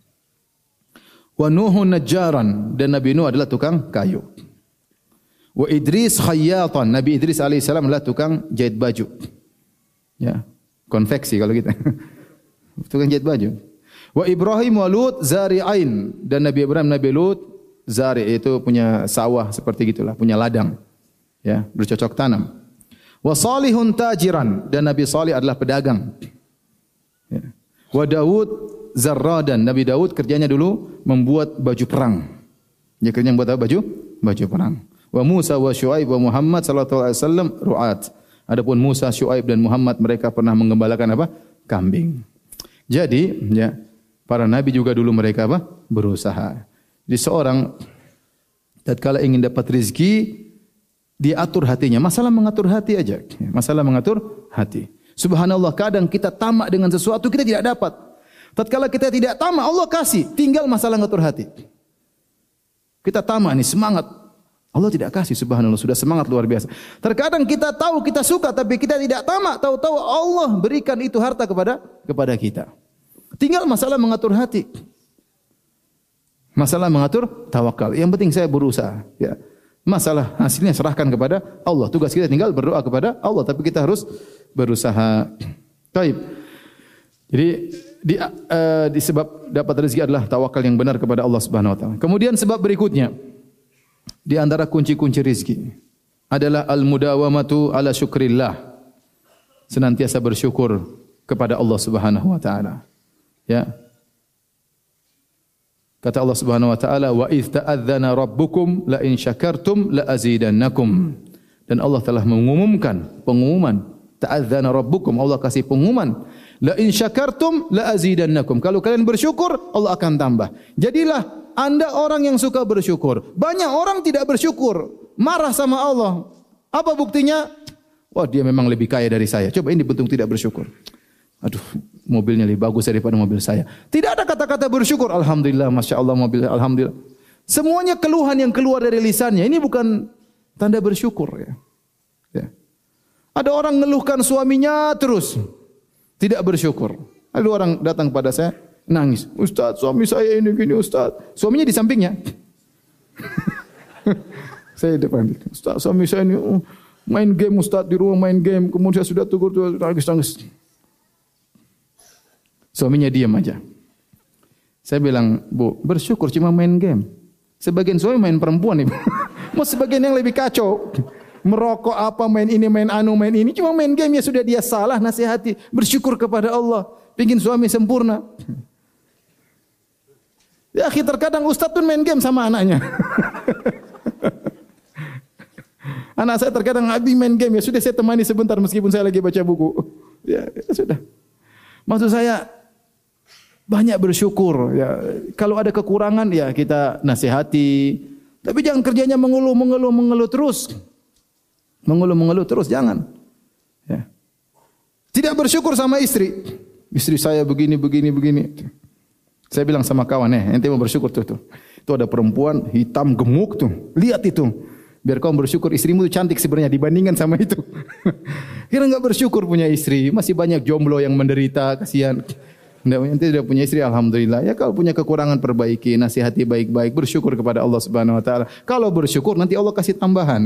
Wa Nuhun najjaran, dan Nabi Nuh adalah tukang kayu. Wa Idris khayyatan, Nabi Idris alaihissalam adalah tukang jahit baju. Ya, konveksi kalau kita. Tukang jahit baju. Wa Ibrahim wa Lut zari'ain, dan Nabi Ibrahim, Nabi Lut zari' itu punya sawah seperti gitulah, punya ladang. Ya, bercocok tanam. Wa Salihun tajiran, dan Nabi Salih adalah pedagang. Ya. Wa Daud zarradan, Nabi Daud kerjanya dulu membuat baju perang. Dia kerjanya membuat apa? Baju baju perang. Wa Musa wa Syuaib wa Muhammad sallallahu alaihi wasallam ru'at. Adapun Musa, Syuaib dan Muhammad mereka pernah mengembalakan apa? Kambing. Jadi, ya, para nabi juga dulu mereka apa? Berusaha. Jadi seorang tatkala ingin dapat rezeki, dia atur hatinya. Masalah mengatur hati aja. Masalah mengatur hati. Subhanallah, kadang kita tamak dengan sesuatu kita tidak dapat. Tatkala kita tidak tamak, Allah kasih. Tinggal masalah mengatur hati. Kita tamak nih, semangat. Allah tidak kasih, subhanallah, sudah semangat luar biasa. Terkadang kita tahu kita suka, tapi kita tidak tamak. Tahu-tahu Allah berikan itu harta kepada kepada kita. Tinggal masalah mengatur hati. Masalah mengatur tawakal. Yang penting saya berusaha. Ya. Masalah hasilnya serahkan kepada Allah. Tugas kita tinggal berdoa kepada Allah, tapi kita harus berusaha. Baik. Jadi di, uh, di sebab dapat rezeki adalah tawakal yang benar kepada Allah Subhanahu wa taala. Kemudian sebab berikutnya di antara kunci-kunci rezeki adalah al-mudawamatu ala syukrillah. Senantiasa bersyukur kepada Allah Subhanahu wa taala. Ya. Kata Allah Subhanahu wa taala, "Wa idz ta'adzana rabbukum la in syakartum la azidannakum." Dan Allah telah mengumumkan pengumuman, ta'adzana rabbukum, Allah kasih pengumuman, la in syakartum la azidannakum. Kalau kalian bersyukur, Allah akan tambah. Jadilah Anda orang yang suka bersyukur. Banyak orang tidak bersyukur, marah sama Allah. Apa buktinya? Wah, dia memang lebih kaya dari saya. Coba ini bentuk tidak bersyukur. Aduh, mobilnya lebih bagus daripada mobil saya. Tidak ada kata-kata bersyukur. Alhamdulillah, Masya Allah mobil, Alhamdulillah. Semuanya keluhan yang keluar dari lisannya. Ini bukan tanda bersyukur. Ya. Ya. Ada orang ngeluhkan suaminya terus. Tidak bersyukur. Ada orang datang pada saya, nangis. Ustaz, suami saya ini gini Ustaz. Suaminya di sampingnya. Saya di depan. Ustaz, suami saya ini oh, main game Ustaz, di rumah main game. Kemudian saya sudah tegur, nangis-nangis. Suaminya diam aja. Saya bilang, Bu, bersyukur cuma main game. Sebagian suami main perempuan ibu. Mau sebagian yang lebih kacau. Merokok apa, main ini, main anu, main ini. Cuma main game ya sudah, dia salah, nasihati. Bersyukur kepada Allah. Pingin suami sempurna. Ya akhir terkadang Ustaz pun main game sama anaknya. Anak saya terkadang habis main game. Ya sudah saya temani sebentar meskipun saya lagi baca buku. Ya, ya sudah. Maksud saya, banyak bersyukur. Ya, kalau ada kekurangan ya kita nasihati. Tapi jangan kerjanya mengeluh, mengeluh, mengeluh terus. Mengeluh, mengeluh terus, jangan. Ya. Tidak bersyukur sama istri. Istri saya begini, begini, begini. Saya bilang sama kawan, eh, ente mau bersyukur tuh, tuh. Itu ada perempuan hitam gemuk tuh. Lihat itu. Biar kau bersyukur istrimu itu cantik sebenarnya dibandingkan sama itu. Kira enggak bersyukur punya istri. Masih banyak jomblo yang menderita, kasihan. Nanti sudah punya istri, alhamdulillah. Ya kalau punya kekurangan perbaiki, nasihati baik-baik, bersyukur kepada Allah Subhanahu wa taala. Kalau bersyukur nanti Allah kasih tambahan.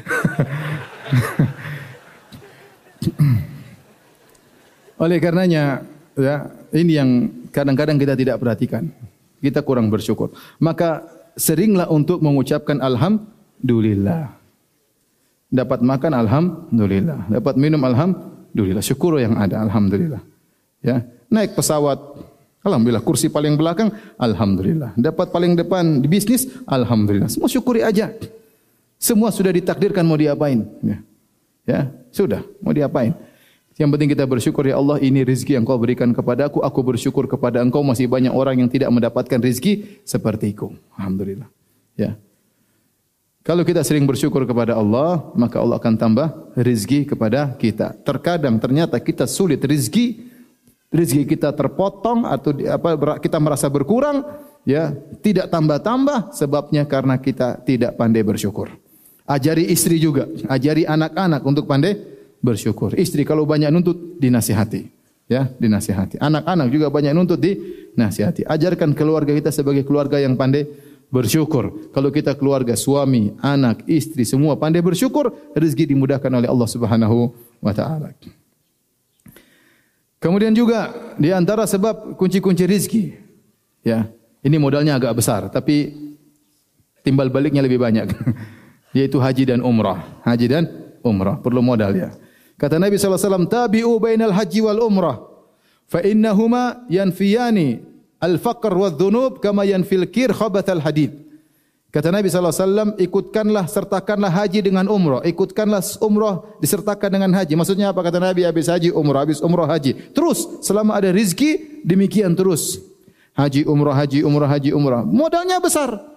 Oleh karenanya, ya, ini yang kadang-kadang kita tidak perhatikan. Kita kurang bersyukur. Maka seringlah untuk mengucapkan alhamdulillah. Dapat makan alhamdulillah, dapat minum alhamdulillah. Syukur yang ada, alhamdulillah. Ya. Naik pesawat, alhamdulillah. Kursi paling belakang, alhamdulillah. Dapat paling depan di bisnis, alhamdulillah. Semua syukuri aja. Semua sudah ditakdirkan mau diapain. Ya, ya sudah mau diapain. Yang penting kita bersyukur, ya Allah, ini rezeki yang kau berikan kepada aku. Aku bersyukur kepada engkau. Masih banyak orang yang tidak mendapatkan rezeki sepertiku. Alhamdulillah. Ya. Kalau kita sering bersyukur kepada Allah, maka Allah akan tambah rezeki kepada kita. Terkadang ternyata kita sulit rezeki. Rezeki kita terpotong atau apa kita merasa berkurang, ya, tidak tambah-tambah, sebabnya karena kita tidak pandai bersyukur. Ajari istri juga, ajari anak-anak untuk pandai bersyukur. Istri kalau banyak nuntut dinasihati, ya, dinasihati. Anak-anak juga banyak nuntut dinasihati. Ajarkan keluarga kita sebagai keluarga yang pandai bersyukur. Kalau kita keluarga suami, anak, istri semua pandai bersyukur, rezeki dimudahkan oleh Allah Subhanahu wa taala. Kemudian juga di antara sebab kunci-kunci rezeki, ya. Ini modalnya agak besar, tapi timbal baliknya lebih banyak. Yaitu haji dan umrah. Haji dan umrah perlu modal, ya. Kata Nabi sallallahu alaihi wasallam, "Tabi'u bainal haji wal umrah, fa innahuma yanfiyani al-faqr wadh-dhunub kama yanfil kir khabathal hadid." Kata Nabi sallallahu alaihi wasallam, ikutkanlah, sertakanlah haji dengan umrah, ikutkanlah umrah disertakan dengan haji. Maksudnya apa kata Nabi? Habis haji umrah, habis umrah haji. Terus selama ada rezeki demikian terus. Haji umrah, haji umrah, haji umrah. Modalnya besar.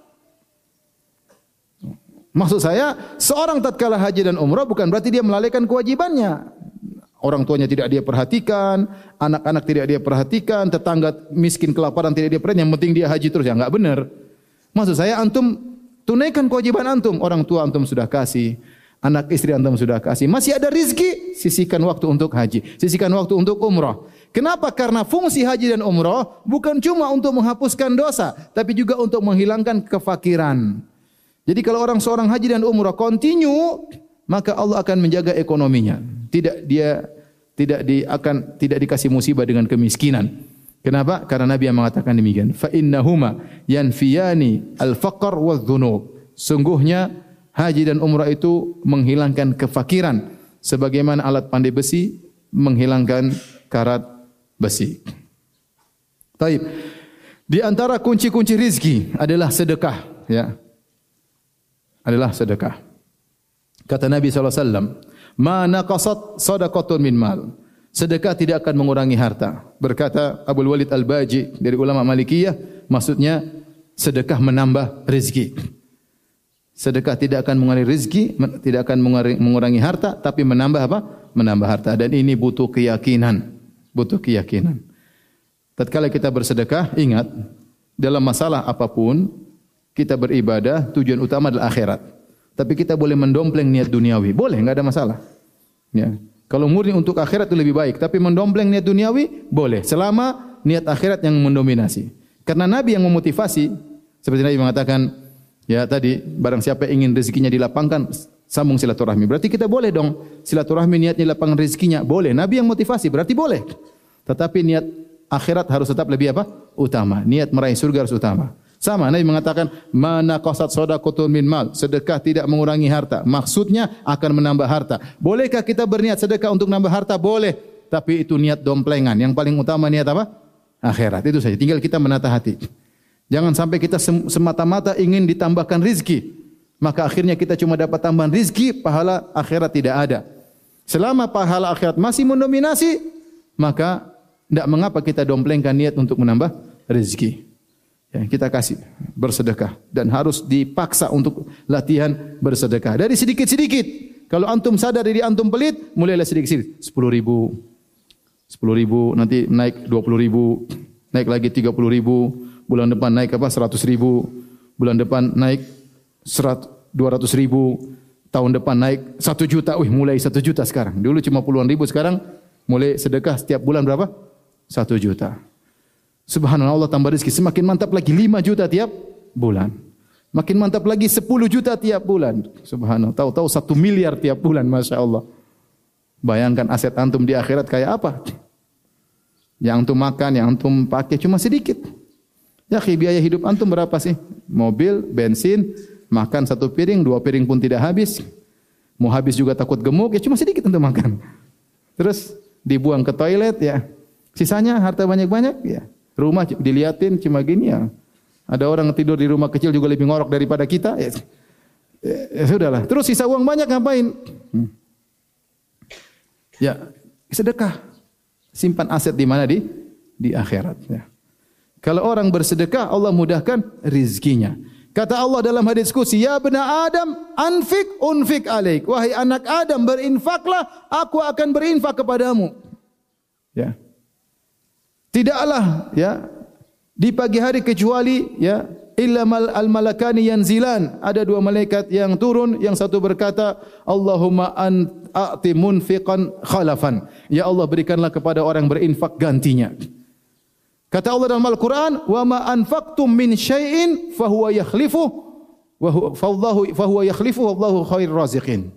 Maksud saya, seorang tatkala haji dan umrah bukan berarti dia melalaikan kewajibannya. Orang tuanya tidak dia perhatikan, anak-anak tidak dia perhatikan, tetangga miskin kelaparan tidak dia perhatikan, yang penting dia haji terus, ya enggak benar. Maksud saya, antum tunaikan kewajiban antum. Orang tua antum sudah kasih, anak istri antum sudah kasih. Masih ada rizki, sisihkan waktu untuk haji, sisihkan waktu untuk umrah. Kenapa? Karena fungsi haji dan umrah bukan cuma untuk menghapuskan dosa, tapi juga untuk menghilangkan kefakiran. Jadi kalau orang seorang haji dan umrah continue, maka Allah akan menjaga ekonominya. Tidak dia tidak di akan tidak dikasih musibah dengan kemiskinan. Kenapa? Karena Nabi yang mengatakan demikian. Fa innahuma yanfiyani al-faqr wadh-dhunub. Sungguhnya haji dan umrah itu menghilangkan kefakiran sebagaimana alat pandai besi menghilangkan karat besi. Taib. Di antara kunci-kunci rizki adalah sedekah, ya. Adalah sedekah. Kata Nabi sallallahu alaihi wasallam, "Ma naqasat shadaqatun min mal." Sedekah tidak akan mengurangi harta. Berkata Abdul Walid Al-Baji dari ulama Malikiyah, maksudnya sedekah menambah rezeki. Sedekah tidak akan mengurangi rezeki, tidak akan mengurangi harta, tapi menambah apa? Menambah harta. Dan ini butuh keyakinan. Butuh keyakinan. Tatkala kita bersedekah, ingat, dalam masalah apapun, kita beribadah, tujuan utama adalah akhirat. Tapi kita boleh mendompleng niat duniawi. Boleh, enggak ada masalah. Ya. Kalau murni untuk akhirat itu lebih baik. Tapi mendompleng niat duniawi, boleh. Selama niat akhirat yang mendominasi. Karena Nabi yang memotivasi, seperti Nabi mengatakan, ya tadi, barang siapa ingin rezekinya dilapangkan, sambung silaturahmi. Berarti kita boleh dong. Silaturahmi niatnya dilapangkan rezekinya. Boleh. Nabi yang motivasi, berarti boleh. Tetapi niat akhirat harus tetap lebih apa? Utama. Niat meraih surga harus utama. Sama, Nabi mengatakan, "Mana qasat shadaqatun min mal." Sedekah tidak mengurangi harta. Maksudnya akan menambah harta. Bolehkah kita berniat sedekah untuk menambah harta? Boleh. Tapi itu niat domplengan. Yang paling utama niat apa? Akhirat. Itu saja. Tinggal kita menata hati. Jangan sampai kita semata-mata ingin ditambahkan rizki. Maka akhirnya kita cuma dapat tambahan rizki, pahala akhirat tidak ada. Selama pahala akhirat masih mendominasi, maka tidak mengapa kita domplengkan niat untuk menambah rizki. Ya, kita kasih bersedekah dan harus dipaksa untuk latihan bersedekah dari sedikit-sedikit. Kalau antum sadar diri antum pelit, mulailah sedikit-sedikit. sepuluh ribu, sepuluh ribu, nanti naik dua puluh ribu, naik lagi tiga puluh ribu, bulan depan naik apa seratus ribu, bulan depan naik dua ratus ribu, tahun depan naik satu juta. Wih, mulai satu juta sekarang. Dulu cuma puluhan ribu, sekarang mulai sedekah setiap bulan berapa? satu juta. Subhanallah, Allah tambah rezeki. Semakin mantap lagi lima juta tiap bulan. Makin mantap lagi sepuluh juta tiap bulan. Subhanallah, tahu-tahu satu miliar tiap bulan. Masya Allah. Bayangkan aset antum di akhirat kayak apa? Yang antum makan, yang antum pakai cuma sedikit. Ya, biaya hidup antum berapa sih? Mobil, bensin, makan satu piring, dua piring pun tidak habis. Mau habis juga takut gemuk, ya cuma sedikit antum makan. Terus dibuang ke toilet, ya. Sisanya harta banyak-banyak, ya. Rumah diliatin cuma gini, ya. Ada orang tidur di rumah kecil juga lebih ngorok daripada kita. Ya, ya sudahlah. Terus sisa uang banyak ngapain? Hmm. Ya, sedekah. Simpan aset di mana? Di di akhirat. Ya. Kalau orang bersedekah, Allah mudahkan rizkinya. Kata Allah dalam hadis qudsi, "Ya bena Adam, anfik unfik alaik." Wahai anak Adam, berinfaklah, aku akan berinfak kepadamu. Ya. Tidaklah ya di pagi hari kecuali ya illa mal al malakani yanzilan. Ada dua malaikat yang turun, yang satu berkata, Allahumma an a'ti munfiqan khalafan. Ya Allah, berikanlah kepada orang berinfak gantinya. Kata Allah dalam Al-Qur'an, wa ma anfaqtum min syai'in fahuwa yakhlifuh wa huwa fallahu fahuwa yakhlifuh wallahu khairur raziqin.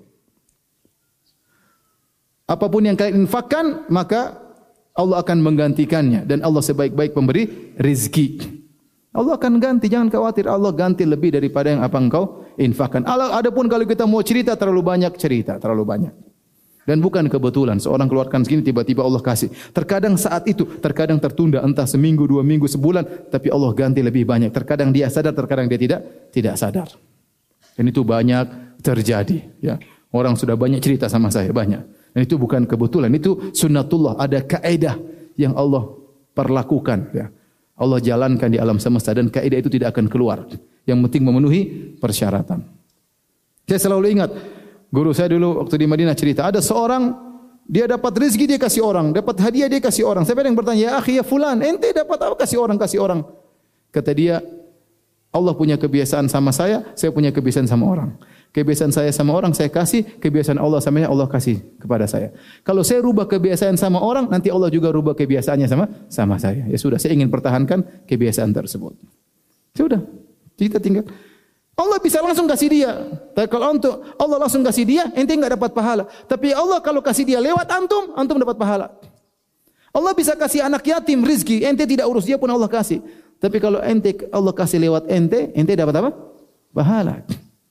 Apapun yang kalian infakkan, maka Allah akan menggantikannya dan Allah sebaik-baik pemberi rezeki. Allah akan ganti, jangan khawatir. Allah ganti lebih daripada yang apa engkau infakkan. Allah, adapun kalau kita mau cerita terlalu banyak cerita, terlalu banyak. Dan bukan kebetulan seorang keluarkan segini tiba-tiba Allah kasih. Terkadang saat itu, terkadang tertunda entah seminggu, dua minggu, sebulan, tapi Allah ganti lebih banyak. Terkadang dia sadar, terkadang dia tidak tidak sadar. Dan itu banyak terjadi, ya. Orang sudah banyak cerita sama saya, banyak. Dan itu bukan kebetulan, itu sunnatullah, ada kaidah yang Allah perlakukan, ya. Allah jalankan di alam semesta dan kaidah itu tidak akan keluar. Yang penting memenuhi persyaratan. Saya selalu ingat, guru saya dulu waktu di Madinah cerita, ada seorang dia dapat rezeki dia kasih orang, dapat hadiah dia kasih orang. Saya yang bertanya, "Ya akhi ya fulan, ente dapat apa kasih orang kasih orang?" Kata dia, Allah punya kebiasaan sama saya, saya punya kebiasaan sama orang. Kebiasaan saya sama orang saya kasih, kebiasaan Allah sama Allah kasih kepada saya. Kalau saya rubah kebiasaan sama orang, nanti Allah juga rubah kebiasaannya sama sama saya. Ya sudah, saya ingin pertahankan kebiasaan tersebut. Sudah, kita tinggal. Allah bisa langsung kasih dia. Tapi kalau untuk Allah langsung kasih dia, ente enggak dapat pahala. Tapi Allah kalau kasih dia lewat antum, antum dapat pahala. Allah bisa kasih anak yatim rizki, ente tidak urus dia pun Allah kasih. Tapi kalau ente Allah kasih lewat ente, ente dapat apa? Pahala.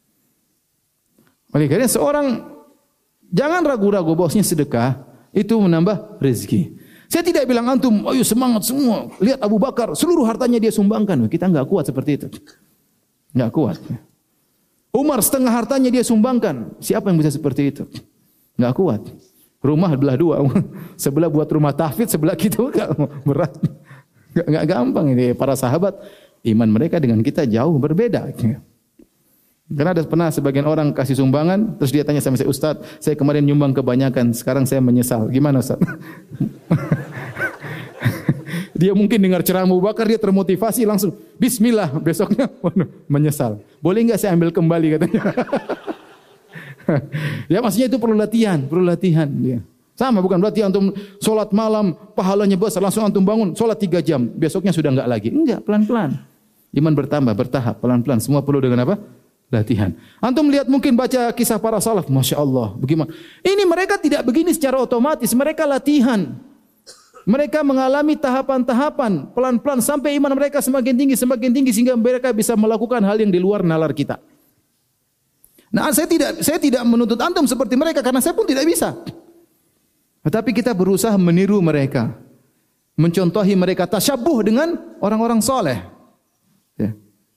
Oleh karena seorang jangan ragu-ragu bahwasanya sedekah itu menambah rezeki. Saya tidak bilang antum, ayo semangat semua. Lihat Abu Bakar, seluruh hartanya dia sumbangkan. Kita enggak kuat seperti itu. Enggak kuat. Umar setengah hartanya dia sumbangkan. Siapa yang bisa seperti itu? Enggak kuat. Rumah belah dua. Sebelah buat rumah tahfidz, sebelah gitu enggak berat. Enggak gampang ini. Para sahabat, iman mereka dengan kita jauh berbeda. Karena ada pernah sebagian orang kasih sumbangan, terus dia tanya sama saya, Ustaz, saya kemarin nyumbang kebanyakan, sekarang saya menyesal. Gimana Ustaz? Dia mungkin dengar ceramah Abu Bakar, dia termotivasi langsung, Bismillah, besoknya menyesal. Boleh enggak saya ambil kembali katanya? Ya maksudnya itu perlu latihan, perlu latihan. Ya. Sama bukan berarti antum solat malam, pahalanya besar, langsung antum bangun, solat tiga jam, besoknya sudah enggak lagi. Enggak, pelan-pelan. Iman bertambah, bertahap, pelan-pelan. Semua perlu dengan apa? Latihan. Antum lihat mungkin baca kisah para salaf, Masya Allah, bagaimana? Ini mereka tidak begini secara otomatis, mereka latihan. Mereka mengalami tahapan-tahapan, pelan-pelan sampai iman mereka semakin tinggi, semakin tinggi sehingga mereka bisa melakukan hal yang di luar nalar kita. Nah, saya tidak saya tidak menuntut antum seperti mereka karena saya pun tidak bisa. Tetapi kita berusaha meniru mereka, mencontohi mereka, tasyabuh dengan orang-orang soleh. Ya.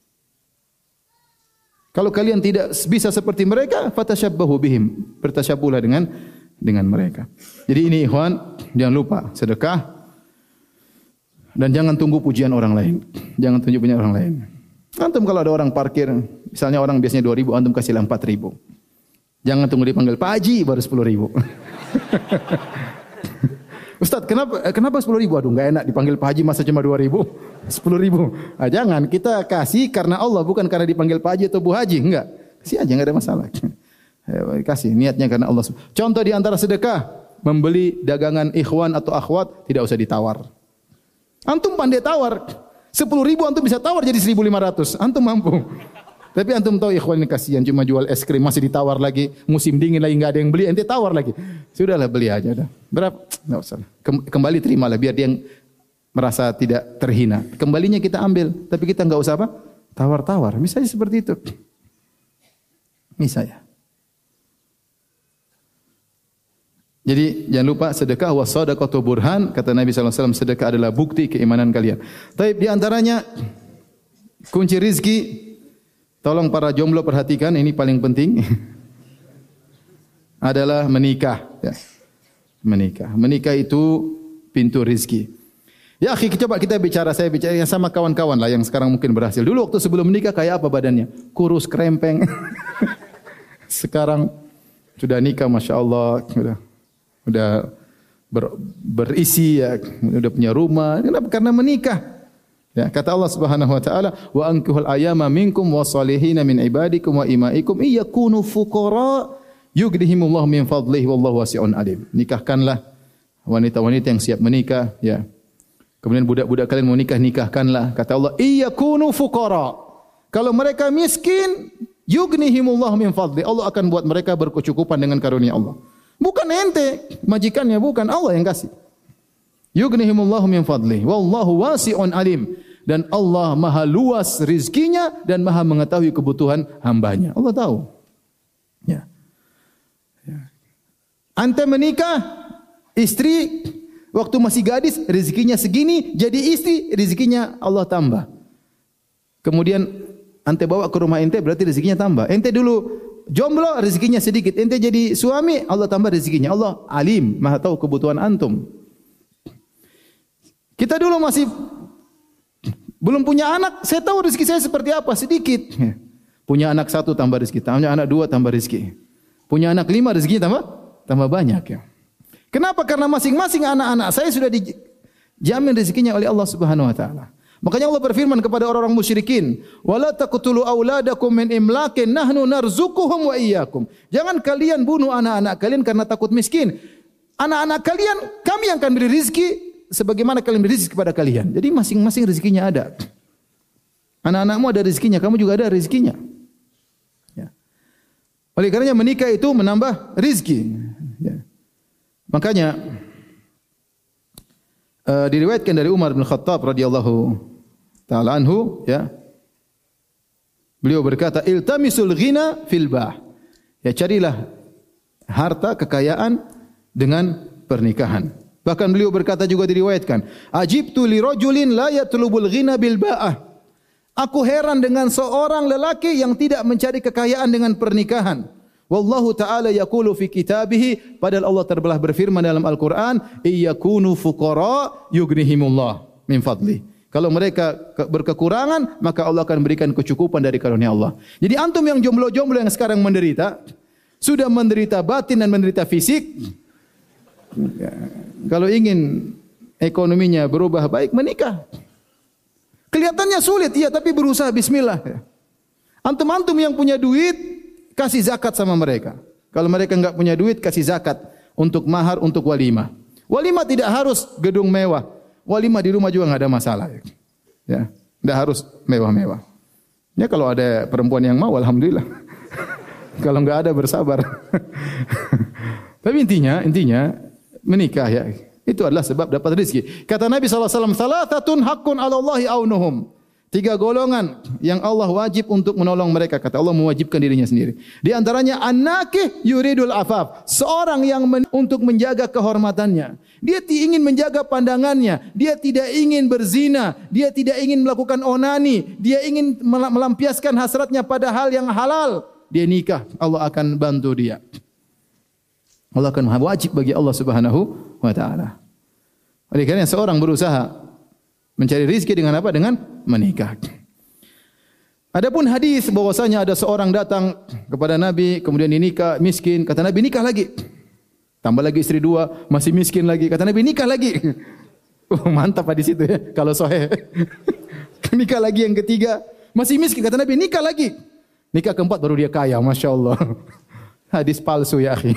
Kalau kalian tidak bisa seperti mereka, fatashabbahu bihim, bertasyabuhlah dengan dengan mereka. Jadi ini ikhwan, jangan lupa sedekah dan jangan tunggu pujian orang lain. Jangan tunggu pujian orang lain. Antum kalau ada orang parkir, misalnya orang biasanya dua ribu, antum kasihlah empat ribu. Jangan tunggu dipanggil Pak Haji baru sepuluh ribu. Ustaz, kenapa kenapa sepuluh ribu? Aduh, enggak enak dipanggil Pak Haji masa cuma dua ribu. sepuluh ribu. Nah, jangan, kita kasih karena Allah, bukan karena dipanggil Pak Haji atau Bu Haji, enggak. Kasih aja, enggak ada masalah. Kasih, niatnya karena Allah. Contoh di antara sedekah, membeli dagangan ikhwan atau akhwat, tidak usah ditawar. Antum pandai tawar. sepuluh ribu antum bisa tawar jadi seribu lima ratus. Antum mampu. Tapi antum tahu ikhwan ini kasihan, cuma jual es krim masih ditawar lagi, musim dingin lagi enggak ada yang beli, ente tawar lagi. Sudahlah beli aja udah. Berapa? Enggak usah. Kembali terimalah biar dia merasa tidak terhina. Kembalinya kita ambil, tapi kita enggak usah apa? Tawar-tawar. Misalnya seperti itu. Misalnya. Jadi jangan lupa sedekah was shadaqatu burhan, kata Nabi sallallahu alaihi wasallam, sedekah adalah bukti keimanan kalian. Taib di antaranya kunci rizki. Tolong para jomblo perhatikan, ini paling penting. Adalah menikah. Ya. Menikah. Menikah itu pintu rizki. Ya akhi, coba kita bicara, saya bicara yang sama kawan-kawan lah yang sekarang mungkin berhasil. Dulu waktu sebelum menikah kayak apa badannya? Kurus, krempeng. Sekarang sudah nikah, Masya Allah. Sudah, sudah ber, berisi, ya, sudah punya rumah. Kenapa? Karena menikah. Ya, kata Allah Subhanahu wa taala, "Wa ankihul ayama minkum wassalihina min ibadikum wa imaikum iyakunu fuqara yughnihimullahu min fadlihi wallahu wasi'un alim." Nikahkanlah wanita-wanita yang siap menikah, ya. Kemudian budak-budak kalian mau nikah, nikahkanlah. Kata Allah, "Iyakunu fuqara." Kalau mereka miskin, yughnihimullahu min fadli. Allah akan buat mereka berkecukupan dengan karunia Allah. Bukan ente majikannya, bukan, Allah yang kasih. Yughnihimullahu min fadli wallahu wasi'un alim, dan Allah maha luas rizkinya dan maha mengetahui kebutuhan hambanya. Allah tahu. Ya. Ya. Ante menikah, istri waktu masih gadis rezekinya segini, jadi istri rezekinya Allah tambah. Kemudian ante bawa ke rumah ente, berarti rezekinya tambah. Ente dulu jomblo, rezekinya sedikit. Ente jadi suami, Allah tambah rezekinya. Allah alim, maha tahu kebutuhan antum. Kita dulu masih belum punya anak, saya tahu rezeki saya seperti apa, sedikit. Punya anak satu tambah rezeki, punya anak dua tambah rezeki. Punya anak lima rezekinya tambah tambah banyak, ya. Kenapa? Karena masing-masing anak-anak saya sudah dijamin rezekinya oleh Allah Subhanahu wa taala. Makanya Allah berfirman kepada orang-orang musyrikin, "Wala taqtulu auladakum min imlakin nahnu narzuquhum wa iyyakum." Jangan kalian bunuh anak-anak kalian karena takut miskin. Anak-anak kalian kami yang akan beri rezeki sebagaimana kalian beri rezeki kepada kalian. Jadi masing-masing rezekinya ada. Anak-anakmu ada rezekinya, kamu juga ada rezekinya. Ya. Oleh karenanya menikah itu menambah rezeki. Ya. Makanya uh, diriwayatkan dari Umar bin Khattab radhiyallahu taala anhu, ya. Beliau berkata, "Iltamisul ghina fil bah." Ya, carilah harta kekayaan dengan pernikahan. Bahkan beliau berkata juga diriwayatkan, "Ajibtu li rajulin la yatlubul ghina bil ba'ah." Aku heran dengan seorang lelaki yang tidak mencari kekayaan dengan pernikahan. Wallahu ta'ala yaqulu fi kitabihi, padahal Allah terbelah berfirman dalam Al-Qur'an, "Iyakunu fuqara yughnihimullah min fadli." Kalau mereka berkekurangan, maka Allah akan berikan kecukupan dari karunia Allah. Jadi antum yang jomblo-jomblo yang sekarang menderita, sudah menderita batin dan menderita fisik, ya, kalau ingin ekonominya berubah baik, menikah. Kelihatannya sulit, iya, tapi berusaha, bismillah. Antum-antum yang punya duit, kasih zakat sama mereka. Kalau mereka enggak punya duit, kasih zakat untuk mahar, untuk walimah. Walimah tidak harus gedung mewah. Walimah di rumah juga enggak ada masalah. Ya, enggak harus mewah-mewah. Ya, kalau ada perempuan yang mau, alhamdulillah. Kalau enggak ada, bersabar. Tapi intinya, intinya menikah, ya, itu adalah sebab dapat rezeki. Kata Nabi sallallahu alaihi wasallam, "Salatatun haqqun 'ala Allahi aunuhum." Tiga golongan yang Allah wajib untuk menolong mereka. Kata Allah mewajibkan dirinya sendiri. Di antaranya an-nakih yuridul afaf, seorang yang men untuk menjaga kehormatannya. Dia ingin menjaga pandangannya, dia tidak ingin berzina, dia tidak ingin melakukan onani, dia ingin melampiaskan hasratnya pada hal yang halal. Dia nikah, Allah akan bantu dia. Allah akan wajib bagi Allah Subhanahu wa taala. Oleh karena seorang berusaha mencari rezeki dengan apa? Dengan menikah. Adapun hadis bahwasanya ada seorang datang kepada Nabi kemudian dinikah, miskin, kata Nabi nikah lagi. Tambah lagi istri dua, masih miskin lagi. Kata Nabi nikah lagi. Oh, mantap hadis itu, ya, kalau sahih. Nikah lagi yang ketiga, masih miskin, kata Nabi nikah lagi. Nikah keempat baru dia kaya, Masya Allah. Hadis palsu, ya akhi.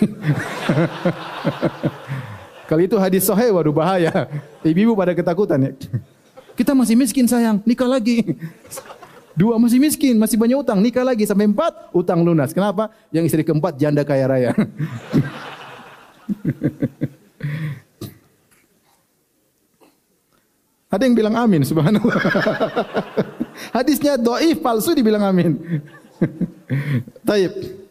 Kalau itu hadis sahih, waduh bahaya. Ibu-ibu pada ketakutan, ya. Kita masih miskin sayang, nikah lagi. Dua masih miskin, masih banyak utang, nikah lagi. Sampai empat, utang lunas. Kenapa? Yang istri keempat janda kaya raya. Ada yang bilang amin, subhanallah. Hadisnya dhaif, palsu, dibilang amin. Taib.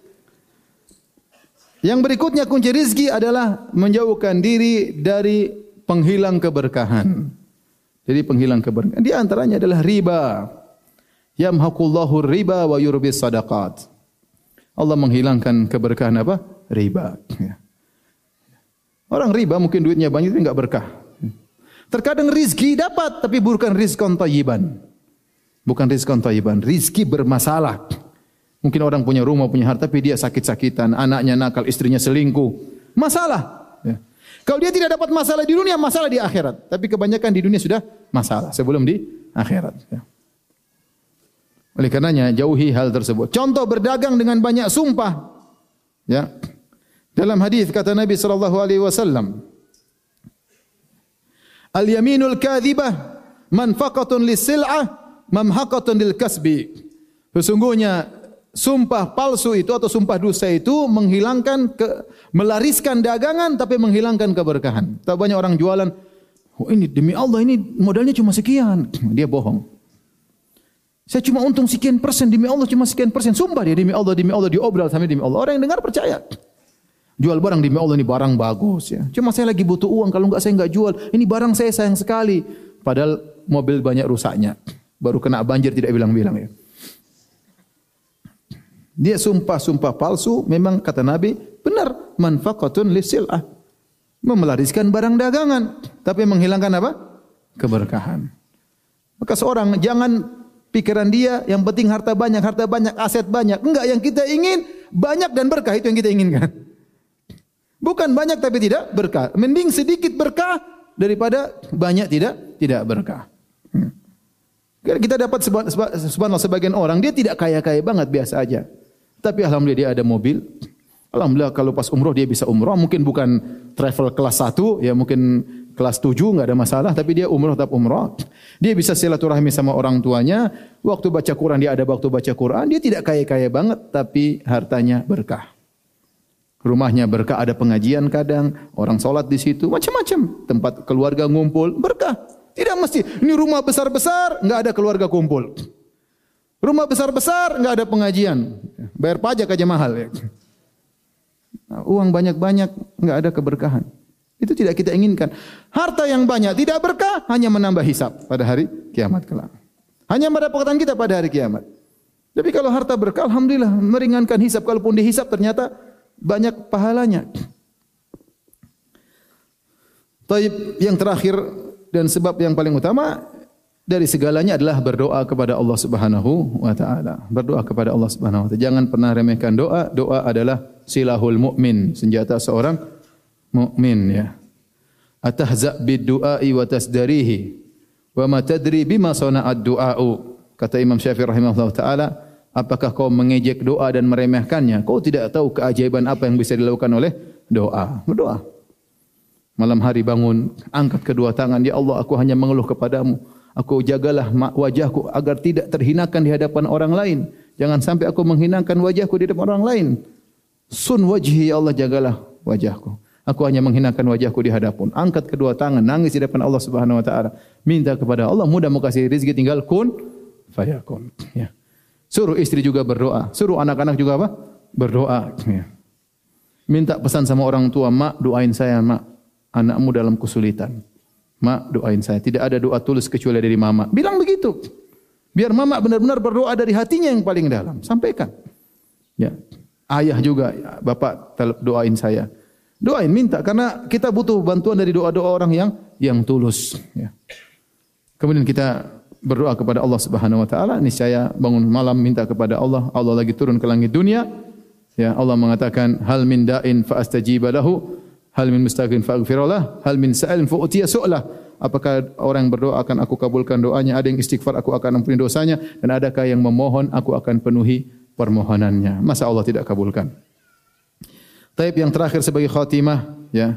Yang berikutnya kunci rizki adalah menjauhkan diri dari penghilang keberkahan. Jadi penghilang keberkahan. Di antaranya adalah riba. Yamhaqullahu riba wa yurbis sadaqat. Allah menghilangkan keberkahan apa? Riba. Orang riba mungkin duitnya banyak tapi enggak berkah. Terkadang rizki dapat tapi bukan rizqan thayyiban. Bukan rizqan thayyiban, rizki bermasalah. Mungkin orang punya rumah, punya harta, tapi dia sakit-sakitan, anaknya nakal, istrinya selingkuh. Masalah. Ya. Kalau dia tidak dapat masalah di dunia, masalah di akhirat. Tapi kebanyakan di dunia sudah masalah sebelum di akhirat. Ya. Oleh karenanya jauhi hal tersebut. Contoh berdagang dengan banyak sumpah. Ya. Dalam hadis kata Nabi sallallahu alaihi wasallam, "Al-yaminul kadhibah manfaqatun lis-sil'ah, mamhaqatun lil-kasbi." Sesungguhnya sumpah palsu itu atau sumpah dusta itu menghilangkan ke, melariskan dagangan tapi menghilangkan keberkahan. Tak banyak orang jualan, oh ini demi Allah ini modalnya cuma sekian. Dia bohong. Saya cuma untung sekian persen, demi Allah cuma sekian persen. Sumpah dia demi Allah, demi Allah, diobral sampai demi Allah. Orang yang dengar percaya. Jual barang demi Allah, ini barang bagus ya. Cuma saya lagi butuh uang, kalau enggak saya enggak jual. Ini barang saya sayang sekali. Padahal mobil banyak rusaknya. Baru kena banjir tidak bilang-bilang ya. Dia sumpah-sumpah palsu, memang kata Nabi, benar, manfaqatun lisil'ah. Memelariskan barang dagangan, tapi menghilangkan apa? Keberkahan. Maka seorang jangan pikiran dia yang penting harta banyak, harta banyak, aset banyak. Enggak, yang kita ingin banyak dan berkah, itu yang kita inginkan. Bukan banyak tapi tidak berkah. Mending sedikit berkah daripada banyak tidak tidak berkah. Hmm. Kita dapat subhanallah sebagian orang dia tidak kaya-kaya banget, biasa aja. Tapi alhamdulillah dia ada mobil. Alhamdulillah kalau pas umroh dia bisa umroh, mungkin bukan travel kelas satu, ya mungkin kelas tujuh enggak ada masalah, tapi dia umroh tetap umroh. Dia bisa silaturahmi sama orang tuanya, waktu baca Quran dia ada waktu baca Quran, dia tidak kaya-kaya banget tapi hartanya berkah. Rumahnya berkah, ada pengajian kadang, orang sholat di situ, macam-macam. Tempat keluarga ngumpul, berkah. Tidak mesti, ini rumah besar-besar, enggak ada keluarga kumpul. Rumah besar-besar, enggak ada pengajian. Bayar pajak aja mahal ya. Nah, uang banyak-banyak, enggak ada keberkahan. Itu tidak kita inginkan. Harta yang banyak tidak berkah, hanya menambah hisab pada hari kiamat kelak. Hanya mendapatkan kita pada hari kiamat. Tapi kalau harta berkah, alhamdulillah, meringankan hisab. Kalaupun dihisab ternyata banyak pahalanya. Taib, yang terakhir dan sebab yang paling utama dari segalanya adalah berdoa kepada Allah Subhanahu wa taala. Berdoa kepada Allah Subhanahu wa taala. Jangan pernah remehkan doa. Doa adalah silahul mukmin, senjata seorang mukmin ya. Atahza bid-du'ai wa tasdarihi wa ma tadri bima sana'ad du'a'u. Kata Imam Syafi'i rahimahullah taala, apakah kau mengejek doa dan meremehkannya? Kau tidak tahu keajaiban apa yang bisa dilakukan oleh doa. Berdoa. Malam hari bangun, angkat kedua tangan, ya Allah, aku hanya mengeluh kepadamu. Aku jagalah wajahku agar tidak terhinakan di hadapan orang lain. Jangan sampai aku menghinakan wajahku di hadapan orang lain. Sun wajhi, ya Allah, jagalah wajahku. Aku hanya menghinakan wajahku di hadapan. Angkat kedua tangan, nangis di depan Allah Subhanahu wa taala. Minta kepada Allah, mudah mau kasih rezeki, tinggal kun fayakun. Ya. Suruh istri juga berdoa, suruh anak-anak juga apa? Berdoa. Ya. Minta pesan sama orang tua, mak doain saya, mak. Anakmu dalam kesulitan. Mak doain saya. Tidak ada doa tulus kecuali dari mama. Bilang begitu. Biar mama benar-benar berdoa dari hatinya yang paling dalam. Sampaikan. Ya. Ayah juga, ya, bapak doain saya. Doain, minta. Karena kita butuh bantuan dari doa-doa orang yang yang tulus. Ya. Kemudian kita berdoa kepada Allah Subhanahu wa taala, niscaya bangun malam minta kepada Allah, Allah lagi turun ke langit dunia. Ya, Allah mengatakan hal min da'in fa astajiba lahu, hal min mustaghfirin fa aghfirlah, hal min sa'ilin fa utiya su'lah. Apakah orang yang berdoa akan aku kabulkan doanya, ada yang istighfar aku akan ampuni dosanya, dan adakah yang memohon aku akan penuhi permohonannya. Masa Allah tidak kabulkan? Taib, yang terakhir sebagai khatimah, ya.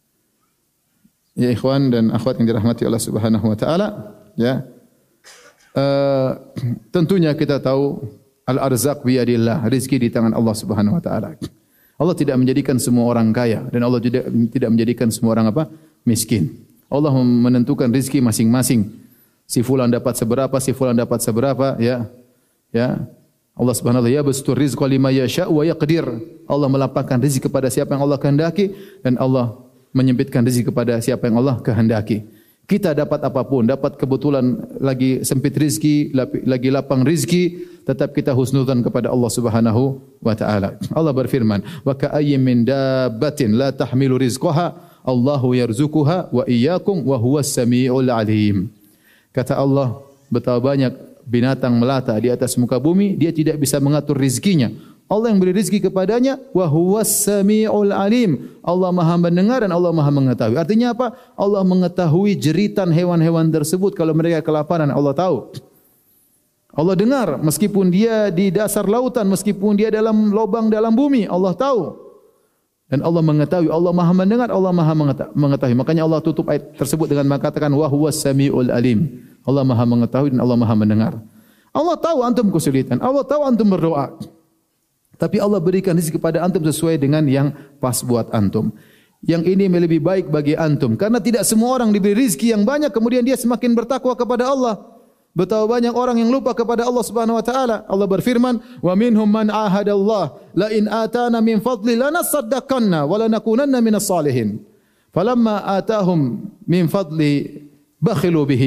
Ya ikhwan dan akhwat yang dirahmati Allah Subhanahu wa taala, ya. Uh, tentunya kita tahu al-arzaq biyadillah, rezeki di tangan Allah Subhanahu wa taala. Allah tidak menjadikan semua orang kaya dan Allah tidak tidak menjadikan semua orang apa? Miskin. Allah menentukan rezeki masing-masing. Si fulan dapat seberapa, si fulan dapat seberapa, ya. Ya. Allah Subhanahu wa taala yabsutur rizqa liman yasha' wa yaqdir. Allah melapangkan rezeki kepada siapa yang Allah kehendaki dan Allah menyempitkan rezeki kepada siapa yang Allah kehendaki. Kita dapat apapun, dapat kebetulan lagi sempit rizki, lagi lapang rizki, tetap kita husnudzan kepada Allah Subhanahu wa taala. Allah berfirman, "Wa ka'ayyin min dabbatin la tahmilu rizqaha, Allahu yarzuquha wa iyyakum wa huwas samiul alim." Kata Allah, betapa banyak binatang melata di atas muka bumi, dia tidak bisa mengatur rizkinya. Allah yang beri rizki kepadanya, wa huwas samiul alim. Allah Maha mendengar dan Allah Maha mengetahui. Artinya apa? Allah mengetahui jeritan hewan-hewan tersebut kalau mereka kelaparan, Allah tahu. Allah dengar meskipun dia di dasar lautan, meskipun dia dalam lubang dalam bumi, Allah tahu. Dan Allah mengetahui, Allah Maha mendengar, Allah Maha mengetahui. Makanya Allah tutup ayat tersebut dengan mengatakan wa huwas samiul alim. Allah Maha mengetahui dan Allah Maha mendengar. Allah tahu antum kesulitan, Allah tahu antum berdoa. Tapi Allah berikan rezeki kepada antum sesuai dengan yang pas buat antum. Yang ini lebih baik bagi antum karena tidak semua orang diberi rezeki yang banyak kemudian dia semakin bertakwa kepada Allah. Betapa banyak orang yang lupa kepada Allah Subhanahu wa taala. Allah berfirman, "Wa minhum man ahadallah la in atana min fadli lanasaddaqanna wa lanakunanna minas salihin." Falamma atahum min fadli bakhilu bihi.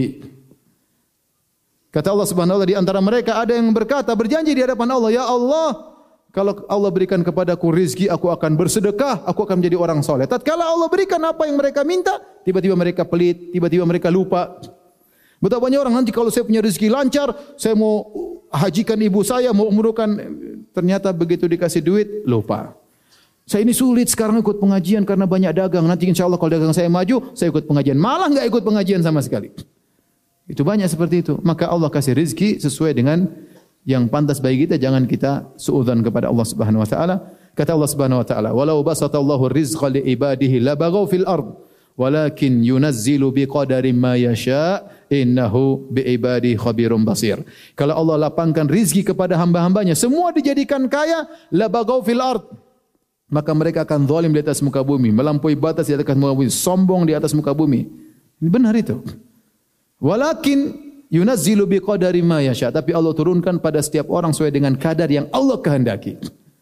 Kata Allah Subhanahu wa taala, di antara mereka ada yang berkata, berjanji di hadapan Allah, "Ya Allah, kalau Allah berikan kepadaku rizki, aku akan bersedekah, aku akan menjadi orang soleh." Tatkala Allah berikan apa yang mereka minta, tiba-tiba mereka pelit, tiba-tiba mereka lupa. Betapa banyak orang nanti kalau saya punya rezeki lancar, saya mau hajikan ibu saya, mau umrohkan, ternyata begitu dikasih duit, lupa. Saya ini sulit sekarang ikut pengajian karena banyak dagang. Nanti insya Allah kalau dagang saya maju, saya ikut pengajian. Malah enggak ikut pengajian sama sekali. Itu banyak seperti itu. Maka Allah kasih rezeki sesuai dengan yang pantas bagi kita. Jangan kita suudzon kepada Allah Subhanahu wa taala. Kata Allah Subhanahu wa taala, "Walau basatallahu rizqa li ibadihi labaghaw fil ard, walakin yunazzilu biqadari ma yasha, innahu biibadi khabirum basir." Kalau Allah lapangkan rizki kepada hamba-hambanya, semua dijadikan kaya, labaghaw fil ard, maka mereka akan zalim di atas muka bumi, melampaui batas di atas muka bumi, sombong di atas muka bumi. Ini benar itu. Walakin yunazzilu biqadari ma yasha, tapi Allah turunkan pada setiap orang sesuai dengan kadar yang Allah kehendaki.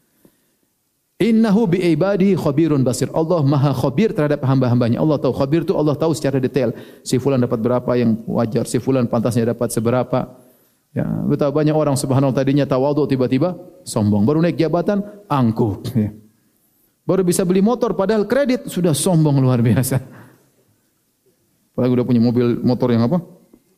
Innahu biibadihi khabirun basir. Allah Maha khabir terhadap hamba-hambanya. Allah tahu, khabir itu Allah tahu secara detail. Si fulan dapat berapa yang wajar, si fulan pantasnya dapat seberapa. Ya, betapa banyak orang subhanallah tadinya tawadhu tiba-tiba sombong. Baru naik jabatan angkuh. Ya. Baru bisa beli motor padahal kredit sudah sombong luar biasa. Apalagi udah punya mobil motor yang apa?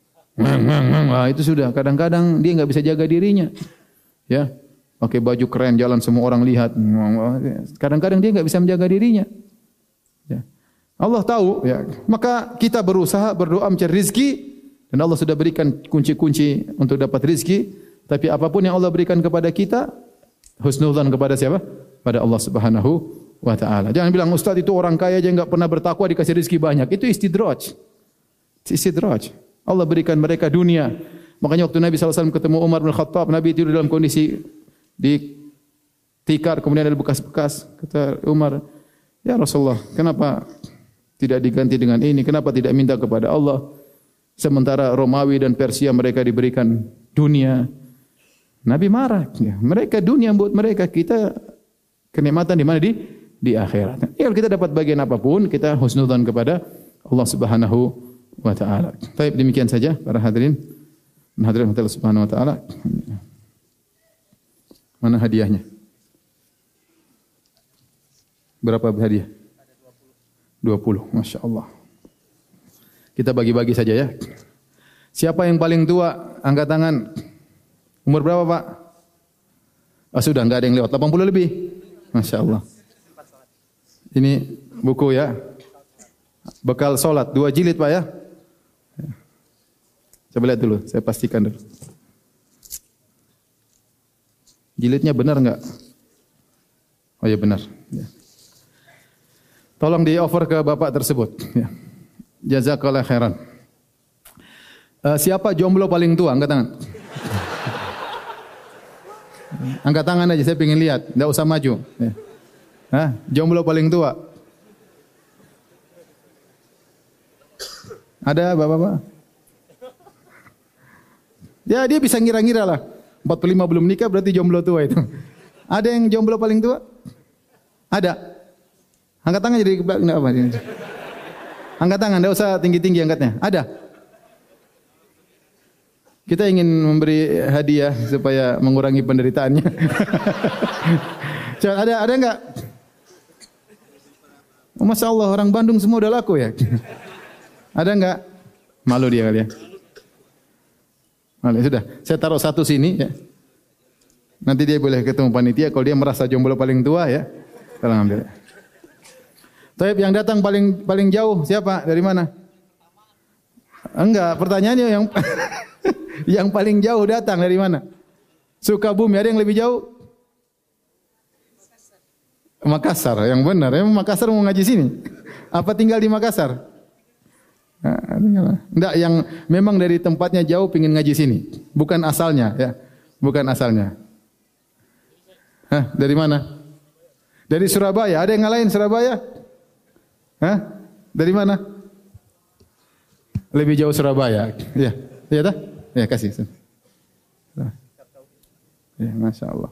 Nah, itu sudah kadang-kadang dia enggak bisa jaga dirinya. Ya. Pakai baju keren, jalan semua orang lihat. Kadang-kadang dia enggak bisa menjaga dirinya. Ya. Allah tahu, ya. Maka kita berusaha berdoa mencari rezeki dan Allah sudah berikan kunci-kunci untuk dapat rezeki. Tapi apapun yang Allah berikan kepada kita, husnudzan kepada siapa? Pada Allah Subhanahu wa taala. Jangan bilang ustaz itu orang kaya aja enggak pernah bertakwa dikasih rezeki banyak. Itu istidraj. Istidraj. Allah berikan mereka dunia. Makanya waktu Nabi sallallahu alaihi wasallam ketemu Umar bin Khattab, Nabi tidur dalam kondisi di tikar, kemudian ada bekas-bekas. Kata Umar, "Ya Rasulullah, kenapa tidak diganti dengan ini? Kenapa tidak minta kepada Allah? Sementara Romawi dan Persia mereka diberikan dunia." Nabi marah. Ya, mereka dunia buat mereka, kita kenikmatan di mana? Di di akhirat. Ya, kalau kita dapat bagian apapun, kita husnudzan kepada Allah Subhanahu wa taala. Baik, demikian saja para hadirin. Hadirin Allah Subhanahu wa taala. Mana hadiahnya? Berapa hadiah? dua puluh. Masya Allah. Kita bagi-bagi saja ya. Siapa yang paling tua? Angkat tangan. Umur berapa Pak? Oh, sudah enggak ada yang lewat. delapan puluh lebih. Masya Allah. Ini buku ya. Bekal solat. Dua jilid Pak ya. Coba lihat dulu. Saya pastikan dulu. Jilidnya benar enggak? Oh ya benar. Ya. Tolong di-offer ke bapak tersebut. Ya. Jazakallah khairan. Uh, siapa jomblo paling tua? Angkat tangan. Angkat tangan aja, saya pengen lihat. Tidak usah maju. Ya. Hah? Jomblo paling tua. Ada bapak-bapak? Ya dia bisa ngira-ngira lah. empat puluh lima belum nikah berarti jomblo tua itu. Ada yang jomblo paling tua? Ada. Angkat tangan jadi apa? Angkat tangan, tidak usah tinggi-tinggi angkatnya. Ada. Kita ingin memberi hadiah supaya mengurangi penderitaannya. Coba ada ada enggak? Oh, Masya Allah, orang Bandung semua udah laku ya. Ada enggak? Malu dia kali ya. Malu, sudah. Saya taruh satu sini ya. Nanti dia boleh ketemu panitia kalau dia merasa jomblo paling tua ya. Tolong ambil. Taib yang datang paling paling jauh siapa? Dari mana? Enggak, pertanyaannya yang yang paling jauh datang dari mana? Sukabumi, ada yang lebih jauh? Makassar, yang benar. Emang Makassar mau ngaji sini? Apa tinggal di Makassar? Enggak, yang memang dari tempatnya jauh pingin ngaji sini. Bukan asalnya ya. Bukan asalnya. Hah, dari mana? Dari Surabaya. Ada yang ngalahin Surabaya? Hah? Dari mana? Lebih jauh Surabaya. Ya, iya dah. Ya kasih. Ya, Masya Allah.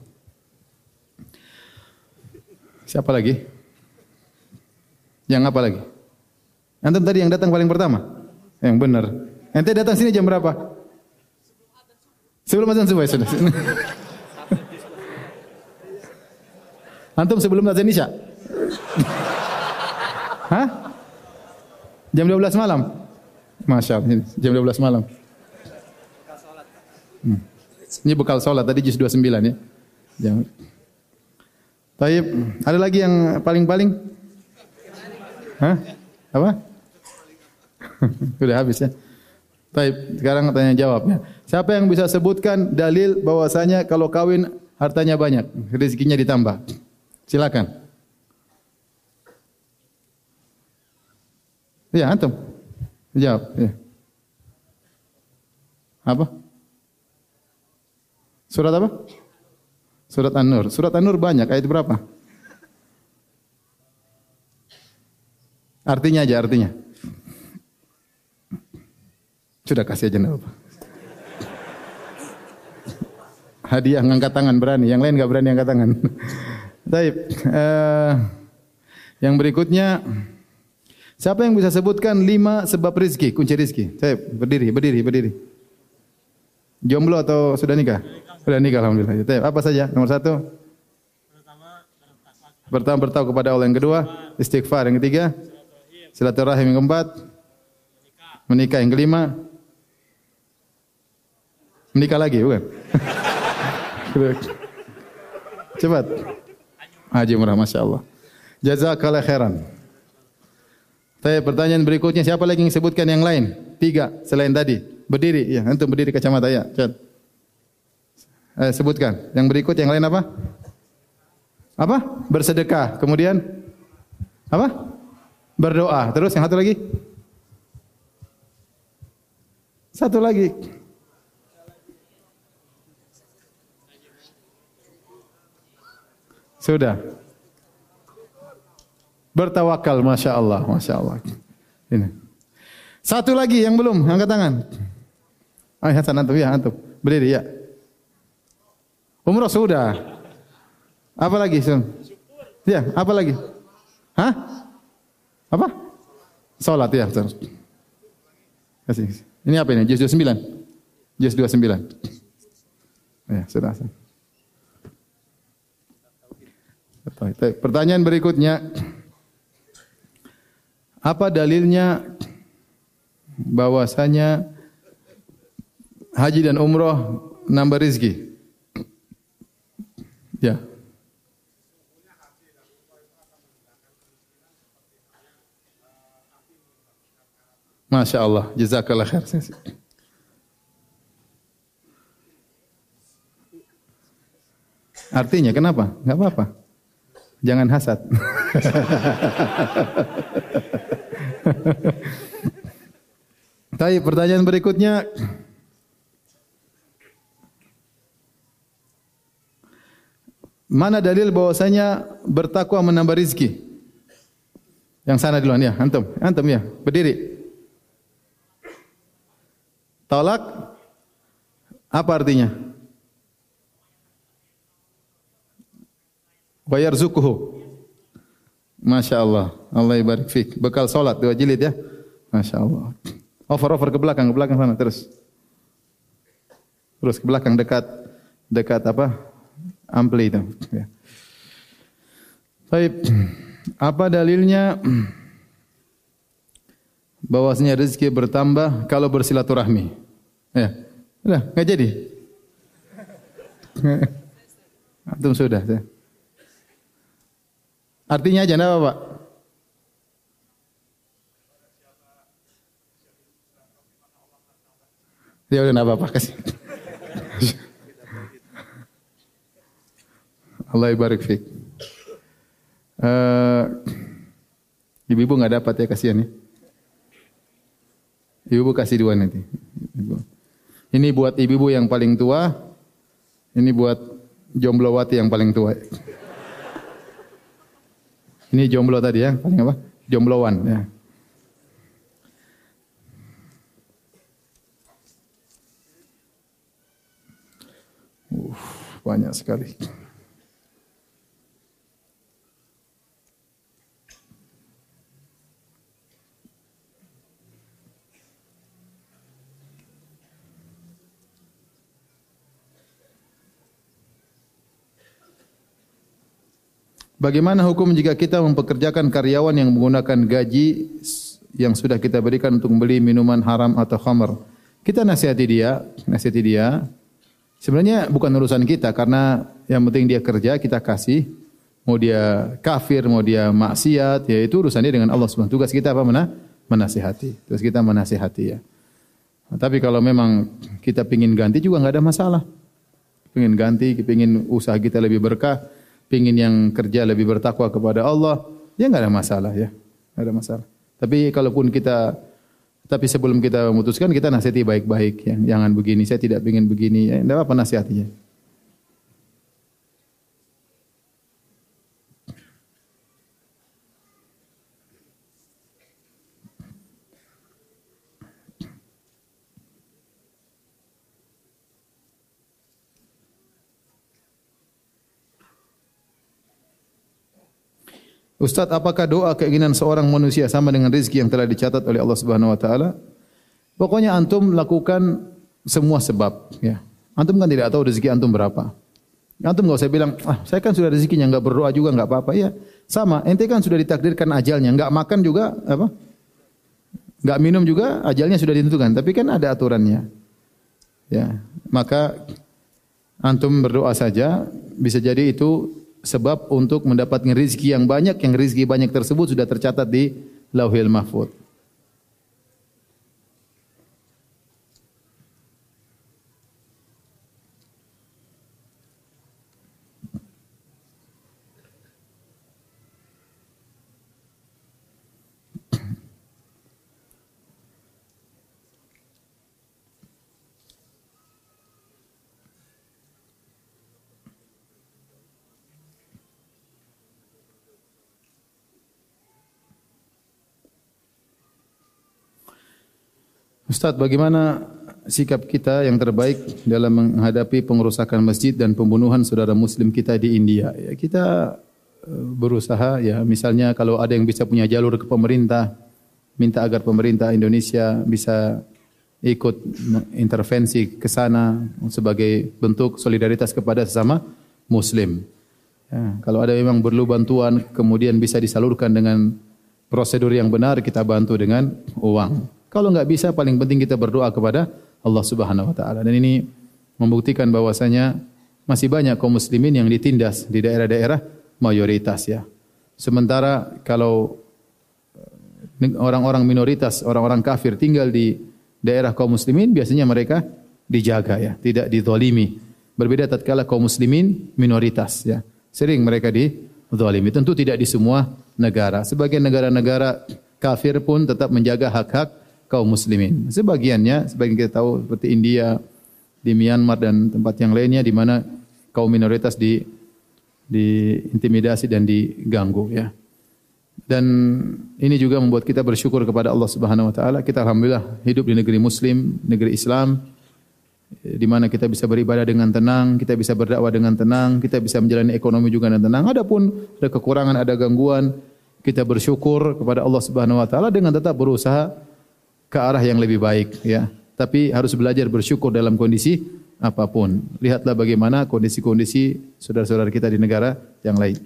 Siapa lagi? Yang apa lagi? Antum tadi yang datang paling pertama? Yang benar. Ente datang sini jam berapa? Sebelum azan subuh sudah. Antum sebelum azan Isya? Hah? Jam dua belas malam? Masya Allah, jam dua belas malam. Hmm. Ini bekal sholat, tadi juz dua puluh sembilan ya. Jangan. Baik, ada lagi yang paling-paling? Hah? Apa? Sudah habis ya. Baik, sekarang tanya jawab ya. Siapa yang bisa sebutkan dalil bahwasanya kalau kawin hartanya banyak, rezekinya ditambah? Silakan. Ya, antum. Jawab, ya. Apa? Surat apa? Surat An-Nur. Surat An-Nur banyak, ayat berapa? Artinya aja, artinya. Sudah kasih aja enggak apa. Hadiah ngangkat tangan berani, yang lain enggak berani angkat tangan. Baik. Uh, yang berikutnya, siapa yang bisa sebutkan lima sebab rezeki, kunci rezeki? Saya berdiri, berdiri, berdiri. Jomblo atau sudah nikah? Sudah nikah, alhamdulillah. Baik. Apa saja? Nomor satu. Pertama bertahu kepada Allah. Yang kedua, istighfar. Yang ketiga, silaturahim. Yang keempat, menikah. Yang kelima, menikah lagi, bukan? Cepat. Haji umrah, Masya Allah. Jazakallah khairan. Saya pertanyaan berikutnya, siapa lagi yang sebutkan yang lain? Tiga, selain tadi. Berdiri, ya, antum berdiri kacamata, ya. Cepat. Eh, sebutkan. Yang berikut, yang lain apa? Apa? Bersedekah. Kemudian? Apa? Berdoa. Terus yang satu lagi? Satu lagi. Sudah. Bertawakal, Masya Allah. Masya Allah. Ini. Satu lagi yang belum, angkat tangan. Ayo Hasan, antum, ya, antum. Berdiri, ya. Umrah sudah. Apa lagi, Sun? Ya, apa lagi? Hah? Apa? Salat, ya. Kasih. Ini apa ini? Juz dua puluh sembilan. Juz dua puluh sembilan. Ya, sudah. Pertanyaan berikutnya. Apa dalilnya bahwasanya haji dan umroh nambah rezeki? Ya. Masya Allah, jazakallah khair. Artinya kenapa? Enggak apa-apa. Jangan hasad. Tapi pertanyaan berikutnya, mana dalil bahwasanya bertakwa menambah rezeki? Yang sana duluan ya, antum, antum ya, berdiri. Tolak apa artinya? Wa yarzuquhu. Masya Allah. Allah ibarik fik. Bekal solat dua jilid ya. Masya Allah. Over over ke belakang, ke belakang sana terus. Terus ke belakang dekat dekat apa? Ampli itu. Ya. Baik. Apa dalilnya bahwasanya rezeki bertambah kalau bersilaturahmi? Ya. Udah, enggak jadi. Antum sudah. Artinya aja apa, Pak? Ya udah enggak apa-apa kasih. Allah ibarik fiik. Uh, ibu-ibu nggak dapat ya, kasihan ya. Ibu-ibu kasih dua nanti. Ini buat ibu-ibu yang paling tua. Ini buat jomblowati yang paling tua. Ini jomblo tadi ya, paling apa? Jomblowan ya. Uh, banyak sekali. Bagaimana hukum jika kita mempekerjakan karyawan yang menggunakan gaji yang sudah kita berikan untuk membeli minuman haram atau khamr? Kita nasihati dia, nasihati dia. Sebenarnya bukan urusan kita karena yang penting dia kerja, kita kasih. Mau dia kafir, mau dia maksiat, ya itu urusannya dengan Allah Subhanahu wa taala. Tugas kita apa? Mana? Menasihati. Tugas kita menasihati ya. Nah, tapi kalau memang kita pingin ganti juga enggak ada masalah. Pingin ganti, pingin usaha kita lebih berkah, pingin yang kerja lebih bertakwa kepada Allah, ya enggak ada masalah ya. Enggak ada masalah. Tapi kalaupun kita tapi sebelum kita memutuskan kita nasihati baik-baik ya. Jangan begini, saya tidak ingin begini. Ya, enggak apa nasihatinya. Ustaz, apakah doa keinginan seorang manusia sama dengan rezeki yang telah dicatat oleh Allah Subhanahu wa taala? Pokoknya antum lakukan semua sebab ya. Antum kan tidak tahu rezeki antum berapa. Antum enggak usah bilang, "Ah, saya kan sudah rezekinya, enggak berdoa juga enggak apa-apa." Ya, sama, ente kan sudah ditakdirkan ajalnya, enggak makan juga apa? Enggak minum juga ajalnya sudah ditentukan, tapi kan ada aturannya. Ya, maka antum berdoa saja, bisa jadi itu sebab untuk mendapatkan rezeki yang banyak, yang rezeki banyak tersebut sudah tercatat di Lauhil Mahfuz. Ustaz, bagaimana sikap kita yang terbaik dalam menghadapi pengerusakan masjid dan pembunuhan saudara muslim kita di India? Ya, kita berusaha ya, misalnya kalau ada yang bisa punya jalur ke pemerintah, minta agar pemerintah Indonesia bisa ikut intervensi ke sana sebagai bentuk solidaritas kepada sesama muslim. Ya, kalau ada memang perlu bantuan kemudian bisa disalurkan dengan prosedur yang benar, kita bantu dengan uang. Kalau enggak bisa, paling penting kita berdoa kepada Allah Subhanahu wa taala. Dan ini membuktikan bahwasanya masih banyak kaum muslimin yang ditindas di daerah-daerah mayoritas ya. Sementara kalau orang-orang minoritas, orang-orang kafir tinggal di daerah kaum muslimin, biasanya mereka dijaga ya, tidak dizalimi. Berbeda tatkala kaum muslimin minoritas ya. Sering mereka dizalimi. Tentu tidak di semua negara. Sebagian negara-negara kafir pun tetap menjaga hak-hak kaum muslimin. Sebagiannya, sebagian kita tahu seperti India, di Myanmar dan tempat yang lainnya di mana kaum minoritas di diintimidasi dan diganggu ya. Dan ini juga membuat kita bersyukur kepada Allah Subhanahu wa taala. Kita alhamdulillah hidup di negeri muslim, negeri Islam di mana kita bisa beribadah dengan tenang, kita bisa berdakwah dengan tenang, kita bisa menjalani ekonomi juga dengan tenang. Adapun ada kekurangan, ada gangguan, kita bersyukur kepada Allah Subhanahu wa taala dengan tetap berusaha ke arah yang lebih baik ya. Tapi harus belajar bersyukur dalam kondisi apapun. Lihatlah bagaimana kondisi-kondisi saudara-saudara kita di negara yang lain.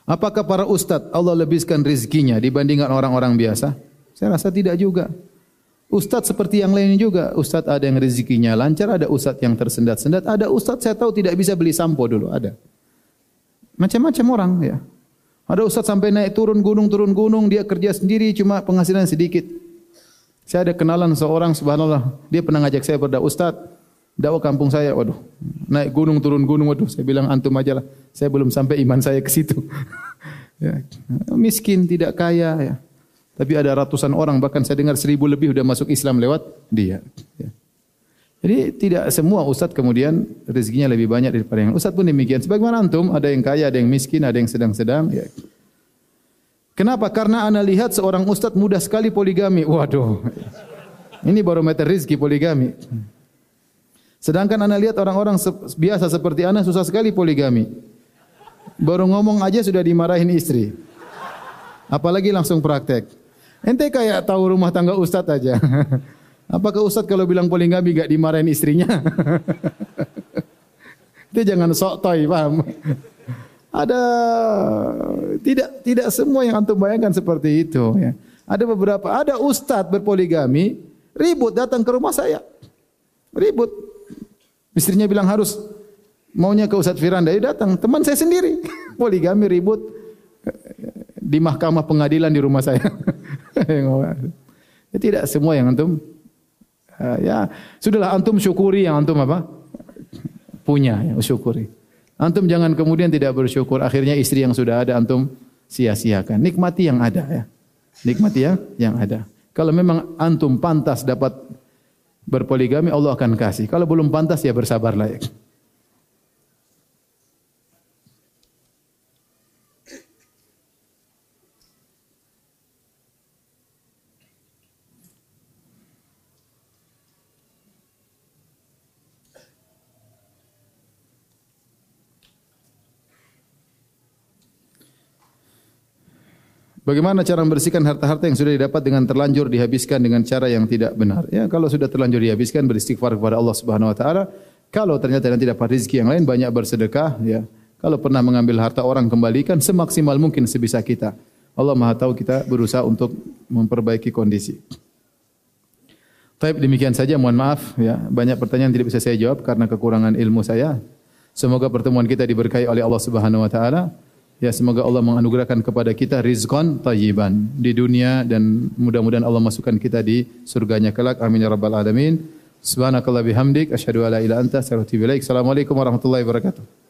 Apakah para ustadz Allah lebihkan rezekinya dibandingkan orang-orang biasa? Saya rasa tidak juga. Ustadz seperti yang lain juga. Ustadz ada yang rezekinya lancar, ada ustadz yang tersendat-sendat, ada ustadz saya tahu tidak bisa beli sampo dulu, ada. Macam-macam orang ya. Ada ustadz sampai naik turun gunung, turun gunung, dia kerja sendiri cuma penghasilan sedikit. Saya ada kenalan seorang, subhanallah, dia pernah ngajak saya pada ustadz, dakwah kampung saya, waduh, naik gunung, turun gunung, waduh, saya bilang antum aja lah, saya belum sampai iman saya ke situ. Ya. Miskin, tidak kaya ya. Tapi ada ratusan orang, bahkan saya dengar seribu lebih sudah masuk Islam lewat dia. Ya. Jadi tidak semua ustadz kemudian rezekinya lebih banyak daripada yang ustadz pun demikian. Sebagaimana antum, ada yang kaya, ada yang miskin, ada yang sedang-sedang. Ya. Kenapa? Karena ana lihat seorang ustadz mudah sekali poligami. Waduh, ini barometer rezeki poligami. Sedangkan ana lihat orang-orang se- biasa seperti ana susah sekali poligami. Baru ngomong aja sudah dimarahin istri. Apalagi langsung praktek. Ente kayak tahu rumah tangga ustadz aja. Apakah ustadz kalau bilang poligami gak dimarahin istrinya? Itu jangan sok toy, paham? Ada tidak tidak semua yang antum bayangkan seperti itu ya. Ada beberapa, ada ustadz berpoligami, ribut datang ke rumah saya. Ribut. Istrinya bilang harus maunya ke Ustadz Firanda, dia datang, teman saya sendiri. Poligami ribut di mahkamah pengadilan di rumah saya. Ya, tidak semua yang antum uh, ya sudahlah antum syukuri yang antum apa punya ya, syukuri. Antum jangan kemudian tidak bersyukur akhirnya istri yang sudah ada antum sia-siakan. Nikmati yang ada ya. Nikmati yang yang ada. Kalau memang antum pantas dapat berpoligami Allah akan kasih. Kalau belum pantas ya bersabarlah ya. Bagaimana cara membersihkan harta-harta yang sudah didapat dengan terlanjur dihabiskan dengan cara yang tidak benar? Ya, kalau sudah terlanjur dihabiskan beristighfar kepada Allah Subhanahu wa taala. Kalau ternyata nanti dapat rezeki yang lain banyak bersedekah ya. Kalau pernah mengambil harta orang kembalikan semaksimal mungkin sebisa kita. Allah Maha tahu kita berusaha untuk memperbaiki kondisi. Baik, demikian saja, mohon maaf ya. Banyak pertanyaan tidak bisa saya jawab karena kekurangan ilmu saya. Semoga pertemuan kita diberkahi oleh Allah Subhanahu wa taala. Ya, semoga Allah menganugerahkan kepada kita rizqan thayyiban di dunia dan mudah-mudahan Allah masukkan kita di surganya kelak. Amin ya rabbal alamin. Subhanakallah bihamdik asyhadu an la ilaha illa anta astaghfiruka wa atubu ilaik. Assalamualaikum warahmatullahi wabarakatuh.